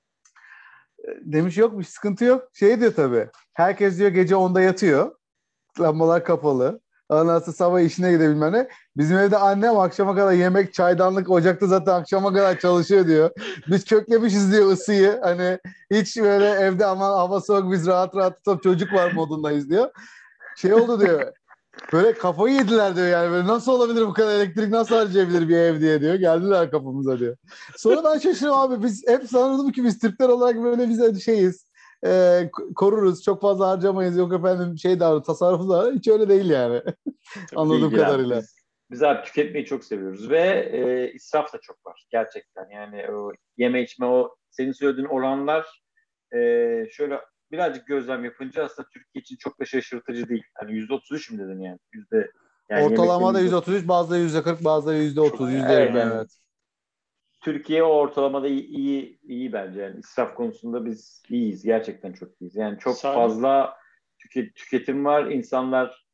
Demiş yok bir sıkıntı yok. Şey diyor tabii. Herkes diyor gece 10'da yatıyor. Lambalar kapalı. Ondan sonra sabah işine gidebilmem ne. Bizim evde annem akşama kadar yemek, çaydanlık, ocakta zaten akşama kadar çalışıyor diyor. Biz köklemişiz diyor ısıyı. Hani hiç böyle evde aman hava soğuk biz rahat rahat tutup çocuk var modundayız diyor. Şey oldu diyor. Böyle kafayı yediler diyor yani. Böyle nasıl olabilir bu kadar elektrik nasıl harcayabilir bir ev diye diyor. Geldiler kapımıza diyor. Sonra ben şaşırdım abi. Biz hep sanırdım ki biz Türkler olarak böyle biz şeyiz. Koruruz. Çok fazla harcamayız. Yok efendim şey davranır, tasarrufu da hiç öyle değil yani. Anladığım Değil abi. kadarıyla. Biz abi tüketmeyi çok seviyoruz ve israf da çok var gerçekten. Yani o yeme içme o senin söylediğin oranlar şöyle birazcık gözlem yapınca aslında Türkiye için çok da şaşırtıcı değil. Hani %33 mi dedin yani? Yani Ortalamada yemeklerin %33, bazıda %40, bazıda Çok %30, evet %20 yani evet. Türkiye o ortalamada iyi bence. Yani israf konusunda biz iyiyiz. Gerçekten çok iyiyiz. Yani çok Salih, fazla tüketim var. İnsanlar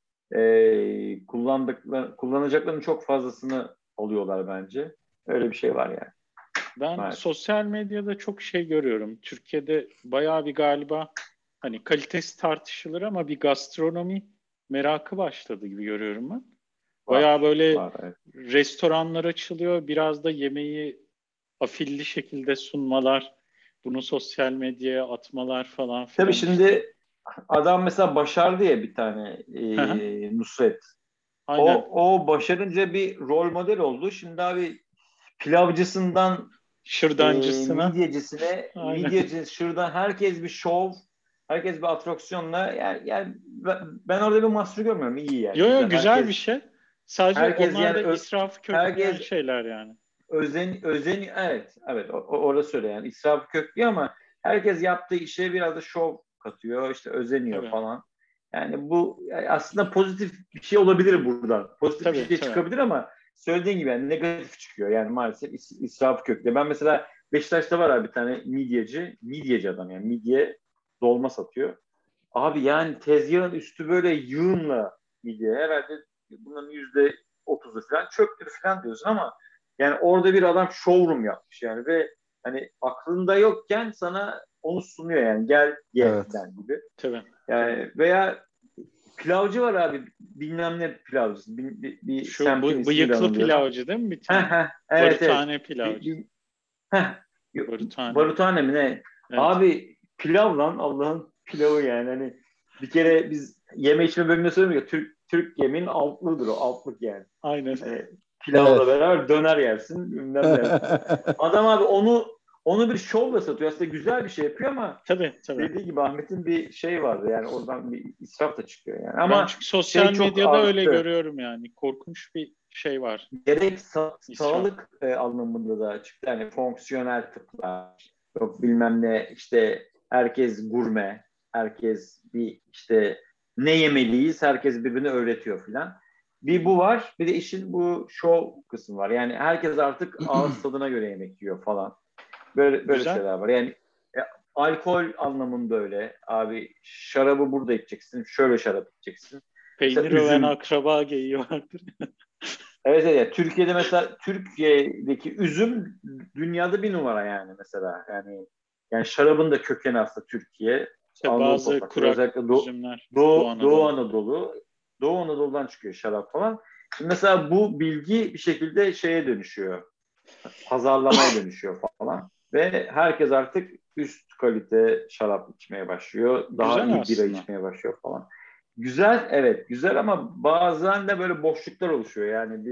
kullanacaklarının çok fazlasını alıyorlar bence. Öyle bir şey var yani. ben Maalesef. sosyal medyada çok şey görüyorum. Türkiye'de bayağı bir galiba hani kalitesi tartışılır ama bir gastronomi merakı başladı gibi görüyorum ben. Bayağı böyle Var, evet. restoranlar açılıyor. Biraz da yemeği afilli şekilde sunmalar, bunu sosyal medyaya atmalar falan Tabii filan işte. şimdi adam mesela başardı ya bir tane Hı hı. Nusret. Aynen. O başarınca bir rol model oldu. Şimdi abi pilavcısından Şırdancısına. Aynen. midyeci, şuradan herkes bir şov, herkes bir atraksiyonla yani ben orada bir mahsur görmüyorum. İyi yani Yo yo güzel. güzel bir şey. Sadece Herkes onlar yani da israfı kökleyen herkes şeyler yani. özen evet orada söyle yani israfı köklüyor ama herkes yaptığı işe biraz da şov katıyor, işte özeniyor Tabii. falan. Yani bu yani aslında pozitif bir şey olabilir buradan. Pozitif bir Tabii şey tabii. çıkabilir ama söylediğin gibi yani negatif çıkıyor. Yani maalesef israfı köklüyor. Ben mesela Beşiktaş'ta var abi bir tane midyeci adam yani midye dolma satıyor. Abi yani tezgahın üstü böyle yığınla midye. Herhalde bunların %30'u falan çöptür falan diyorsun ama yani orada bir adam showroom yapmış yani ve hani aklında yokken sana onu sunuyor yani gel ye Evet. falan gibi. Tabii. Tabii. Yani veya pilavcı var abi bilmem ne pilavcısı bir Şu semtin ismini de bıyıklı anılıyorum. pilavcı değil mi bir tane? Evet. Barutane pilavcı. Bir, heh, Barutane. Barutane mi ne? Evet. Abi pilav lan Allah'ın pilavı yani. Hani bir kere biz yeme içme bölümünde söylüyoruz ya Türk yemeğinin altlığıdır o altlık yani. Aynen. Hani pilavla Evet. beraber döner yersin, bilmem ne yersin. Adam abi onu bir şovla satıyor. Aslında güzel bir şey yapıyor ama Tabii tabii. dediği gibi Ahmet'in bir şey vardı yani oradan bir israf da çıkıyor yani. Ben Ama çünkü sosyal şey çok medyada öyle arttı. görüyorum yani. Korkunç bir şey var. Gerek İsraf. sağlık anlamında da çıktı. Yani fonksiyonel tıplar, yok bilmem ne işte herkes gurme, herkes bir işte ne yemeliyiz, herkes birbirine öğretiyor filan. Hı Bir hı. bu var, bir de işin bu show kısmı var. Yani herkes artık ağız tadına göre yemek yiyor falan. Böyle Güzel. şeyler var. Yani e, alkol anlamında öyle. Abi şarabı burada içeceksin, şöyle şarap içeceksin. Mesela Peynir öven üzüm. akraba geyiği vardır. Evet, evet. Yani Türkiye'de mesela Türkiye'deki üzüm dünyada bir numara yani mesela. Yani şarabın da kökeni aslında Türkiye. İşte Anadolu bazı toprakları kurak özellikle üzümler Doğu Doğu Anadolu. Anadolu. Doğu Anadolu'dan çıkıyor şarap falan. Şimdi mesela bu bilgi bir şekilde şeye dönüşüyor. Pazarlamaya dönüşüyor falan. Ve herkes artık üst kalite şarap içmeye başlıyor. Daha Güzel iyi bira aslında. içmeye başlıyor falan. Güzel, evet güzel ama bazen de böyle boşluklar oluşuyor.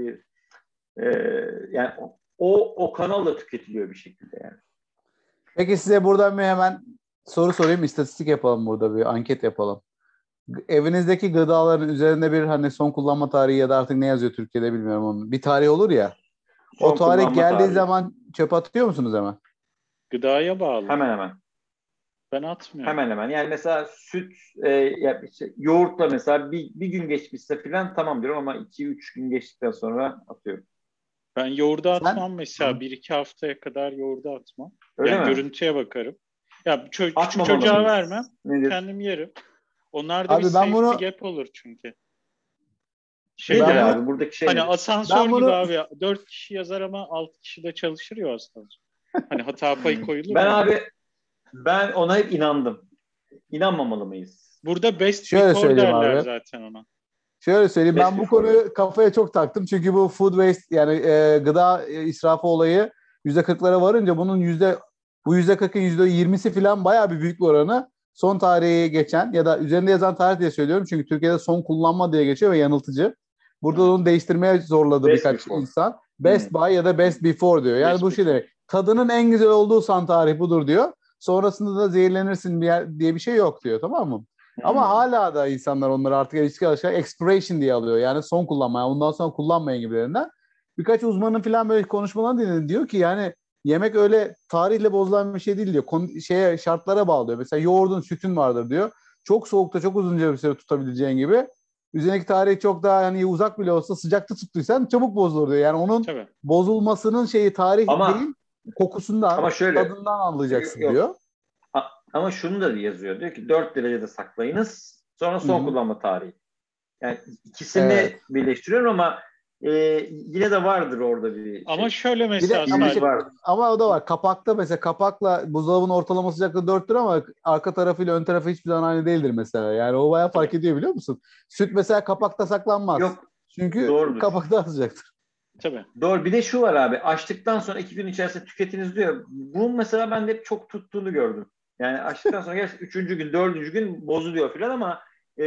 Yani o kanal da tüketiliyor bir şekilde yani. Peki size buradan bir hemen soru sorayım. İstatistik yapalım burada bir anket yapalım. Evinizdeki gıdaların üzerinde bir hani son kullanma tarihi ya da artık ne yazıyor Türkiye'de bilmiyorum onun. Bir tarih olur ya. O Son tarih kullanma geldiği tarihi. zaman çöpe atıyor musunuz hemen? Gıdaya bağlı. Hemen hemen. Ben atmıyorum. Hemen hemen. Yani mesela süt, yoğurtla mesela bir gün geçmişse falan tamam diyorum ama 2-3 gün geçtikten sonra atıyorum. Ben yoğurda Sen? atmam mesela. Bir iki haftaya kadar yoğurda atmam. Öyle Yani mi? görüntüye bakarım. Ya küçük Atmamalı çocuğa mıyız? vermem. Nedir? Kendim yerim. Onlarda bir Abi ben safety bunu gap olur çünkü. Şey Nedir ben yani bunu abi? Buradaki şey hani nedir? asansör ben gibi bunu abi. 4 kişi yazar ama 6 kişi de çalışır ya o asansör. Hani hata payı koyulur Ben ya. abi ben ona hep inandım. İnanmamalı mıyız? Burada best şöyle before söyleyeyim derler abi. zaten ona. Şöyle söyleyeyim, Best ben bu before. konuyu kafaya çok taktım. Çünkü bu food waste yani gıda israfı olayı %40'lara varınca bu %40'ın %20'si falan bayağı bir büyük bir oranı son tarihi geçen ya da üzerinde yazan tarih diye söylüyorum. Çünkü Türkiye'de son kullanma diye geçiyor ve yanıltıcı. Burada onu değiştirmeye zorladı Best birkaç before. insan. Best by ya da best before diyor. Yani Best bu şey before. demek. Tadının en güzel olduğu son tarih budur diyor. Sonrasında da zehirlenirsin diye bir şey yok diyor, tamam mı? Ama hala da insanlar onları artık ilişki alışverişe expiration diye alıyor. Yani son kullanma. Yani bundan sonra kullanmayın gibilerinden. Birkaç uzmanın falan böyle konuşmalarını dinledim. Diyor ki yani yemek öyle tarihle bozulan bir şey değil diyor. Şartlara bağlıyor. Mesela yoğurdun, sütün vardır diyor. Çok soğukta çok uzunca bir süre tutabileceğin gibi. Üzerindeki tarihi çok daha hani uzak bile olsa sıcakta tuttuysan çabuk bozulur diyor. Yani onun Tabii. bozulmasının şeyi tarih Ama değil, kokusundan, şöyle tadından anlayacaksın yok. diyor. Ama şunu da yazıyor. Diyor ki 4 derecede saklayınız. Sonra son Hı-hı. kullanma tarihi. Yani ikisini Evet. birleştiriyorum ama yine de vardır orada bir Ama şey. şöyle Bir de mesela ama Bilgi var. ama o da var. Kapakta mesela kapakla buzdolabının ortalama sıcaklığı 4'tür ama arka tarafıyla ön tarafı hiçbir zaman aynı değildir mesela. Yani o bayağı fark tabii, ediyor biliyor musun? Süt mesela kapakta saklanmaz. Yok, Çünkü doğrudur. kapak daha sıcaktır. tabii. Doğru. Bir de şu var abi. Açtıktan sonra 2 gün içerisinde tüketiniz diyor. Bunun mesela ben de hep çok tuttuğunu gördüm. Yani açtıktan sonra gerçekten 3. gün, 4. gün bozuluyor falan ama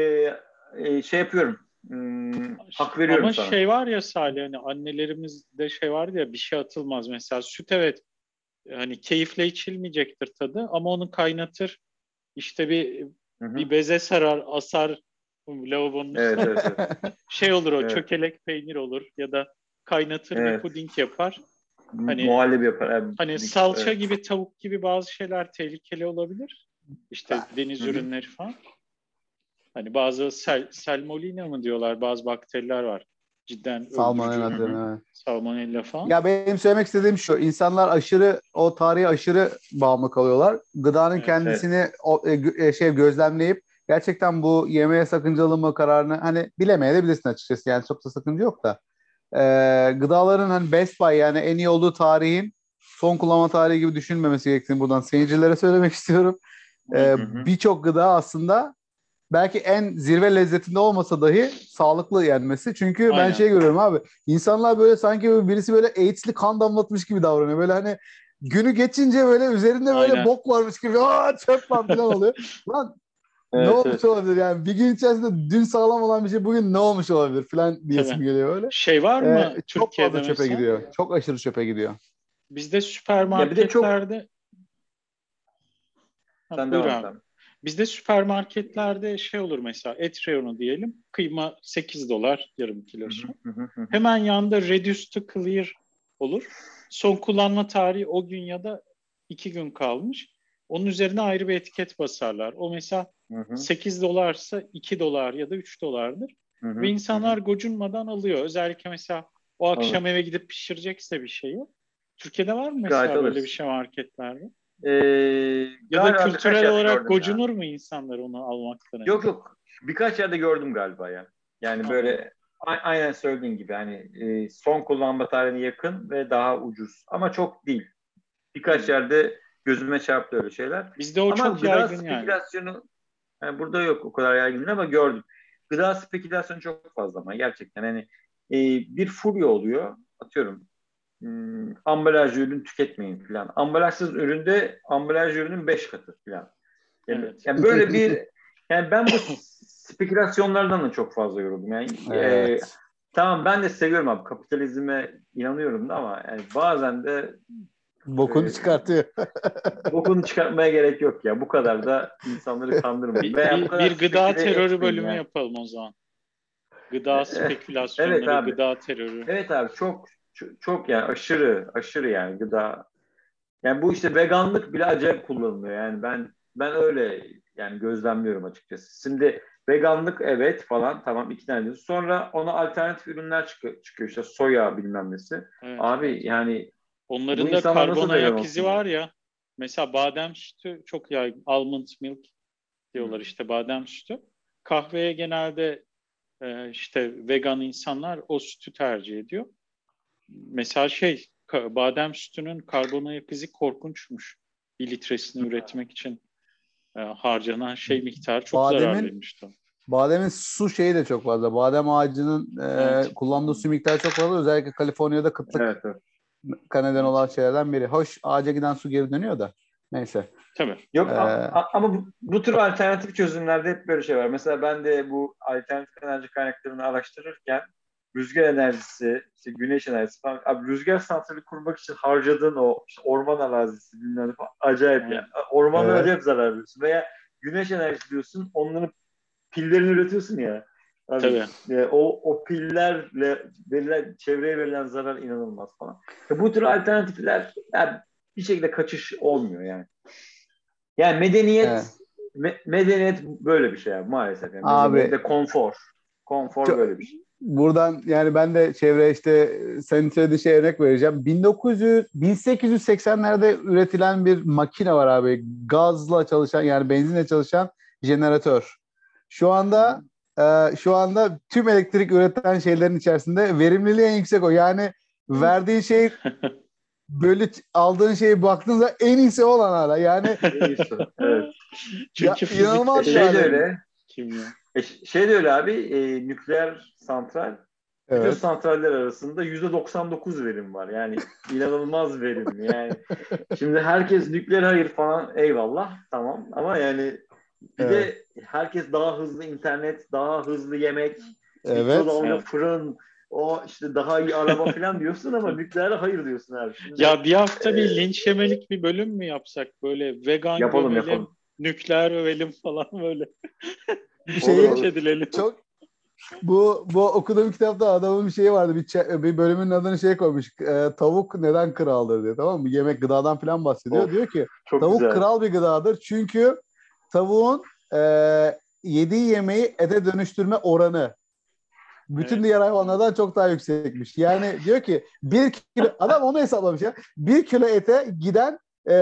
şey yapıyorum. Hak veriyorum Ama sana. şey var ya Salih, hani annelerimizde şey vardı ya, bir şey atılmaz. Mesela süt, evet, hani keyifle içilmeyecektir tadı ama onu kaynatır. İşte Hı hı. bir beze sarar, asar lavabonun Evet, üstüne. evet, evet. Şey olur, o Evet, çökelek peynir olur ya da kaynatır bir evet. puding yapar. Hani Muhallebi yapar. Abi. hani salça Evet. gibi, tavuk gibi bazı şeyler tehlikeli olabilir. İşte deniz Hı hı. ürünleri falan. Hani bazı salmonella mı diyorlar, bazı bakteriler var. Cidden öldürücü. Salmonella Hı diyorum, hı. evet. Salmonella falan. Ya benim söylemek istediğim şu. İnsanlar o tarihe aşırı bağımlı kalıyorlar. Gıdanın Evet. Evet. kendisini gözlemleyip gerçekten bu yemeğe sakıncalı mı kararını hani bilemeye de bilirsin açıkçası. Yani çok da sakınca yok da. Gıdaların hani best buy yani en iyi olduğu tarihin son kullanma tarihi gibi düşünmemesi gerektiğini buradan seyircilere söylemek istiyorum. Hı hı. Birçok gıda aslında belki en zirve lezzetinde olmasa dahi sağlıklı yenmesi. Çünkü ben Aynen. şey görüyorum abi. İnsanlar böyle sanki birisi böyle AIDS'li kan damlatmış gibi davranıyor. Böyle hani günü geçince böyle üzerinde böyle Aynen. bok varmış gibi çöp var falan oluyor. Lan ne Evet, olmuş evet. olabilir yani? Bir gün içerisinde dün sağlam olan bir şey bugün ne olmuş olabilir falan diyesim Tabii. geliyor öyle. Şey var mı Çok fazla Türkiye'de çöpe mesela? gidiyor. Çok aşırı çöpe gidiyor. Bizde Ya bir de çok süpermarketlerde, sen buyur devam et abi. abi. Bizde süpermarketlerde şey olur mesela, et reyonu diyelim. Kıyma $8 yarım Hı hı, kilosu. hı hı, hı hı. Hemen yanında reduced to clear olur. Son kullanma tarihi o gün ya da 2 gün kalmış. Onun üzerine ayrı bir etiket basarlar. O mesela Hı hı, $8'sa $2 ya da $3'dır. hı Ve hı, hı hı. insanlar gocunmadan alıyor. Özellikle mesela o akşam Alır. eve gidip pişirecekse bir şeyi. Türkiye'de var mı Gayet mesela böyle bir alırız. şey marketlerde? Ya da Galiba birkaç kültürel yerde olarak gördüm ya. gocunur mu insanlar onu almaktan Yok, önce? yok. Birkaç yerde gördüm galiba ya. Yani Anladım. böyle aynen söylediğin gibi hani son kullanma tarihine yakın ve daha ucuz. Ama çok değil. Birkaç Hmm. yerde gözüme çarptı öyle şeyler. Bizde o Ama çok gıda yaygın yani. spekülasyonu yani burada yok o kadar yaygın değil ama gördüm. Gıda spekülasyonu çok fazla ama gerçekten hani bir furya oluyor. Atıyorum ambalaj ürün tüketmeyin falan. Ambalajsız üründe ambalaj ürünün 5 katı falan. Evet. Yani böyle bir yani ben bu spekülasyonlardan da çok fazla yoruldum. Yani Evet. tamam ben de seviyorum abi kapitalizme inanıyorum da ama yani bazen de Bokunu e, çıkartıyor. bokunu çıkartmaya gerek yok ya. Bu kadar da insanları kandırmayın. Veya bu kadar Bir gıda speküle terörü etmeyin bölümü ya. yapalım o zaman. Gıda Evet spekülasyonları, abi. gıda terörü. Evet abi çok yani aşırı yani gıda. Yani bu işte veganlık bile acayip kullanılıyor. Yani ben öyle yani gözlemliyorum açıkçası. Şimdi veganlık evet falan tamam ikna ediyoruz. Sonra ona alternatif ürünler çıkıyor işte soya bilmem nesi. Evet, evet. Abi yani bu Onların da insanlar karbon nasıl vegan ayak izi olsunlar? var ya. Mesela badem sütü çok yaygın. Almond milk Hı. diyorlar işte, badem sütü. Kahveye genelde işte vegan insanlar o sütü tercih ediyor. Mesela badem sütünün karbon ayak izi korkunçmuş. 1 litresini üretmek için harcanan şey miktarı çok Bademin zararlıymış da. Bademin su şeyi de çok fazla. Badem ağacının Evet. kullandığı su miktarı çok fazla. Özellikle Kaliforniya'da kıtlık Evet, evet. neden olan şeylerden biri. Hoş ağaca giden su geri dönüyor da. Neyse. Tabii. Yok Ee, ama bu tür alternatif çözümlerde hep böyle şey var. Mesela ben de bu alternatif enerji kaynaklarını araştırırken rüzgar enerjisi, işte güneş enerjisi falan. Abi rüzgar santrali kurmak için harcadığın o işte orman arazisi bilmem ne falan acayip Evet. yani. Ormana Evet. acayip zarar veriyorsun. Veya güneş enerjisi diyorsun, onların pillerini üretiyorsun ya. Abi, Tabii. o pillerle verilen, çevreye verilen zarar inanılmaz falan. Bu tür alternatifler yani bir şekilde kaçış olmuyor yani. Yani Evet. medeniyet böyle bir şey yani, maalesef. Yani medeniyet Abi de konfor. Konfor çok, böyle bir şey. buradan yani ben de çevre işte senin söylediğin şey örnek vereceğim. 1880'lerde üretilen bir makine var abi. Gazla çalışan yani benzinle çalışan jeneratör. Şu anda şu anda tüm elektrik üreten şeylerin içerisinde verimliliği en yüksek o. Yani verdiğin şey böyle aldığın şeye baktığınızda en iyisi olan hala. Yani İyisi. Evet. ya Çünkü fizik inanılmaz Şey de yani. öyle. kimya. Şey de öyle abi. Nükleer santral. Bütün Evet. santraller arasında %99 verim var. Yani inanılmaz verim. Yani şimdi herkes nükleer hayır falan, eyvallah, tamam, ama yani bir Evet. de herkes daha hızlı internet, daha hızlı yemek, Evet. mikrodalga Evet. fırın, o işte daha iyi araba falan diyorsun ama nükleere hayır diyorsun abi. Şimdi Ya bir hafta bir linç yemelik bir bölüm mü yapsak? Böyle vegan yapalım gömelim, yapalım. nükleer övelim falan böyle. Bir Olur şeyi Linç olur. edilelim. çok bu okuduğum kitapta adamın bir şeyi vardı. Bir bölümün adını şey koymuş. Tavuk neden kraldır diye, tamam mı? Yemek gıdadan falan bahsediyor. Of, Diyor ki çok tavuk güzel. kral bir gıdadır. Çünkü tavuğun yediği yemeği ete dönüştürme oranı bütün Evet. diğer hayvanlardan çok daha yüksekmiş. Yani diyor ki 1 kilo, adam onu hesaplamış ya. 1 kilo ete giden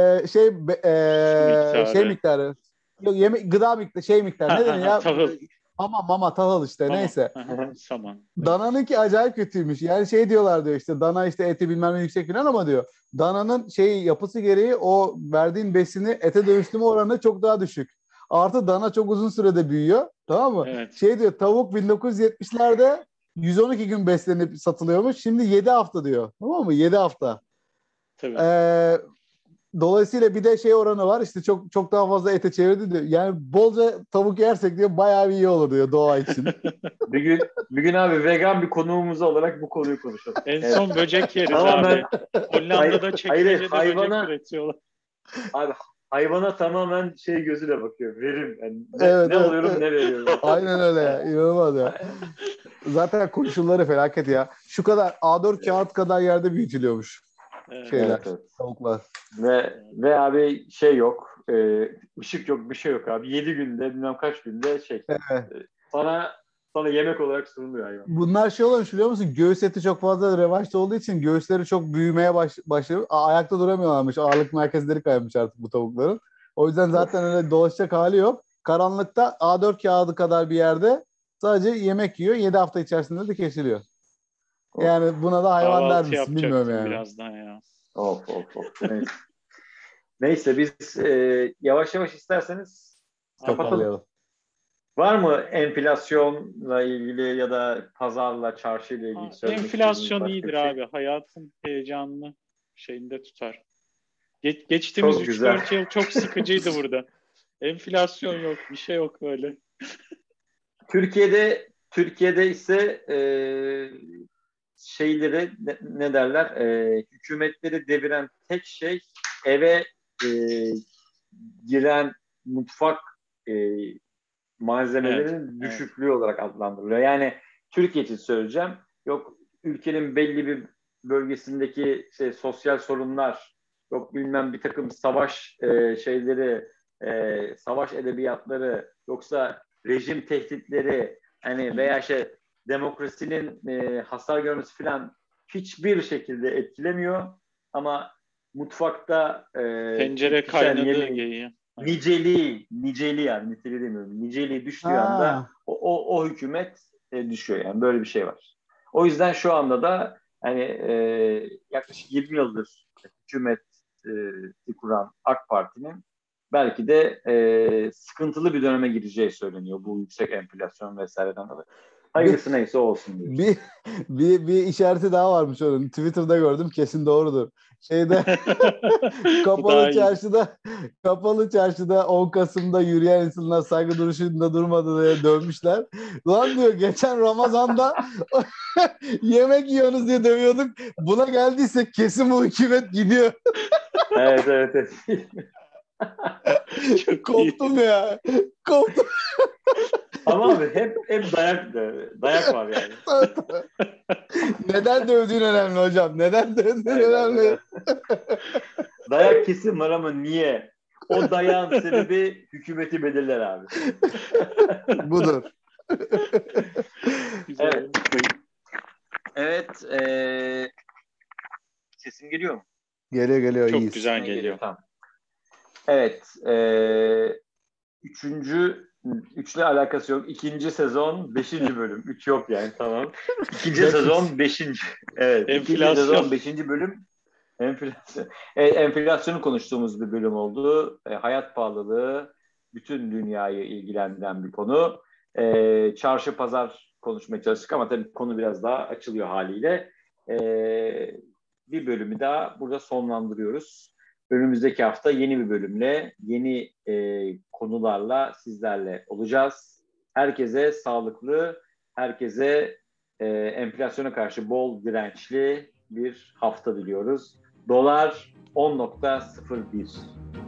Su şey miktarı. miktarı, yok yemek gıda miktarı, şey miktarı Ha ne ha denir ha, ya? tahıl. Mama tahıl işte, Tamam. neyse. Ha, ha, saman. Evet. Dananınki acayip kötüymüş. Yani şey diyorlar diyor, işte dana işte eti bilmem ne yüksek falan ama diyor dananın yapısı gereği o verdiğin besini ete dönüştürme oranı çok daha düşük. Artı dana çok uzun sürede büyüyor. Tamam mı? Evet. Şey diyor, tavuk 1970'lerde 112 gün beslenip satılıyormuş. Şimdi 7 hafta diyor. Tamam mı? 7 hafta. Tabii. Ee, Dolayısıyla bir de şey oranı var, işte çok çok daha fazla ete çevirdi diyor. Yani bolca tavuk yersek diyor bayağı bir iyi olur diyor doğa için. Bir gün abi vegan bir konuğumuz olarak bu konuyu konuşalım. En Evet. son böcek yeriz Tamamen abi. Hollanda'da hayır, çekmecede böcek hayvana üretiyorlar. abi hayvana tamamen şey gözüyle bakıyor. Verim. Yani Evet, ne evet, alıyorum, evet. ne veriyorum. Aynen öyle ya. İnanılmaz ya. Zaten koşulları felaket ya. Şu kadar A4 kağıt kadar yerde büyütülüyormuş Evet. şeyler, Evet, evet. tavuklar. Ve abi şey yok. Işık yok, bir şey yok abi. 7 günde bilmem kaç günde Evet. e, sana yemek olarak sunuluyor hayvan. Bunlar şey olmuş biliyor musun? Göğüs eti çok fazla revaçta olduğu için göğüsleri çok büyümeye başlıyor. Ayakta duramıyorlarmış. Ağırlık merkezleri kaymış artık bu tavukların. O yüzden Of. zaten öyle dolaşacak hali yok. Karanlıkta A4 kağıdı kadar bir yerde sadece yemek yiyor. 7 hafta içerisinde de kesiliyor. Of. Yani buna da hayvan der Kahvaltı misin bilmiyorum yapacaktım yani. birazdan ya. Of of of. Neyse. Neyse biz yavaş yavaş isterseniz kapatalım. Toparlayalım. Var mı enflasyonla ilgili ya da pazarla, çarşıyla ilgili söylemek istediğiniz Enflasyon başka iyidir bir şey? abi. Hayatın heyecanını şeyinde tutar. Geçtiğimiz Çok güzel. 3-4 yıl çok sıkıcıydı burada. Enflasyon yok, bir şey yok böyle. Türkiye'de ise şeyleri ne derler? Hükümetleri deviren tek şey eve e, giren mutfak e, Evet, malzemelerinin evet. düşüklüğü olarak adlandırılıyor. Yani Türkiye için söyleyeceğim. Yok ülkenin belli bir bölgesindeki sosyal sorunlar, yok bilmem bir takım savaş şeyleri, savaş edebiyatları, yoksa rejim tehditleri, hani veya demokrasinin hasar görmesi falan hiçbir şekilde etkilemiyor. Ama mutfakta Tencere pişen kaynadı yemeğin geyiği. Evet. niceliği yani niteliği demiyorum. Niceliği düştüğü anda Ha. o hükümet düşüyor yani, böyle bir şey var. O yüzden şu anda da hani yaklaşık 20 yıldır hükümet kuran AK Parti'nin belki de sıkıntılı bir döneme gireceği söyleniyor bu yüksek enflasyon vesaireden dolayı. Hayırlısı neyse olsun diyoruz. Bir işareti daha varmış onun. Twitter'da gördüm, kesin doğrudur. Kapalı çarşıda 10 Kasım'da yürüyen insanlar saygı duruşunda durmadı diye dövmüşler. Lan diyor, geçen Ramazan'da yemek yiyorsunuz diye dövüyorduk. Buna geldiyse kesin bu hükümet gidiyor. Evet. Koptum ya. Koptum. Ama abi hep dayak var yani. Neden dövdüğün önemli hocam. Neden dövdüğün önemli. Dayak kesin var ama niye? O dayağın sebebi hükümeti belirler abi. Budur. Evet. Evet. Sesim geliyor mu? Geliyor. Çok iyiyiz. güzel geliyor. Tamam. Evet. Üçle alakası yok. 2. sezon 5. bölüm. 3 yok yani, tamam. 2. sezon 5. Evet. 2. sezon 5. bölüm. Enflasyonu konuştuğumuz bir bölüm oldu. Hayat pahalılığı bütün dünyayı ilgilendiren bir konu. Çarşı pazar konuşmaya çalıştık ama tabii konu biraz daha açılıyor haliyle. Bir bölümü daha burada sonlandırıyoruz. Önümüzdeki hafta yeni bir bölümle, yeni konularla sizlerle olacağız. Herkese sağlıklı, herkese enflasyona karşı bol dirençli bir hafta diliyoruz. Dolar 10.01.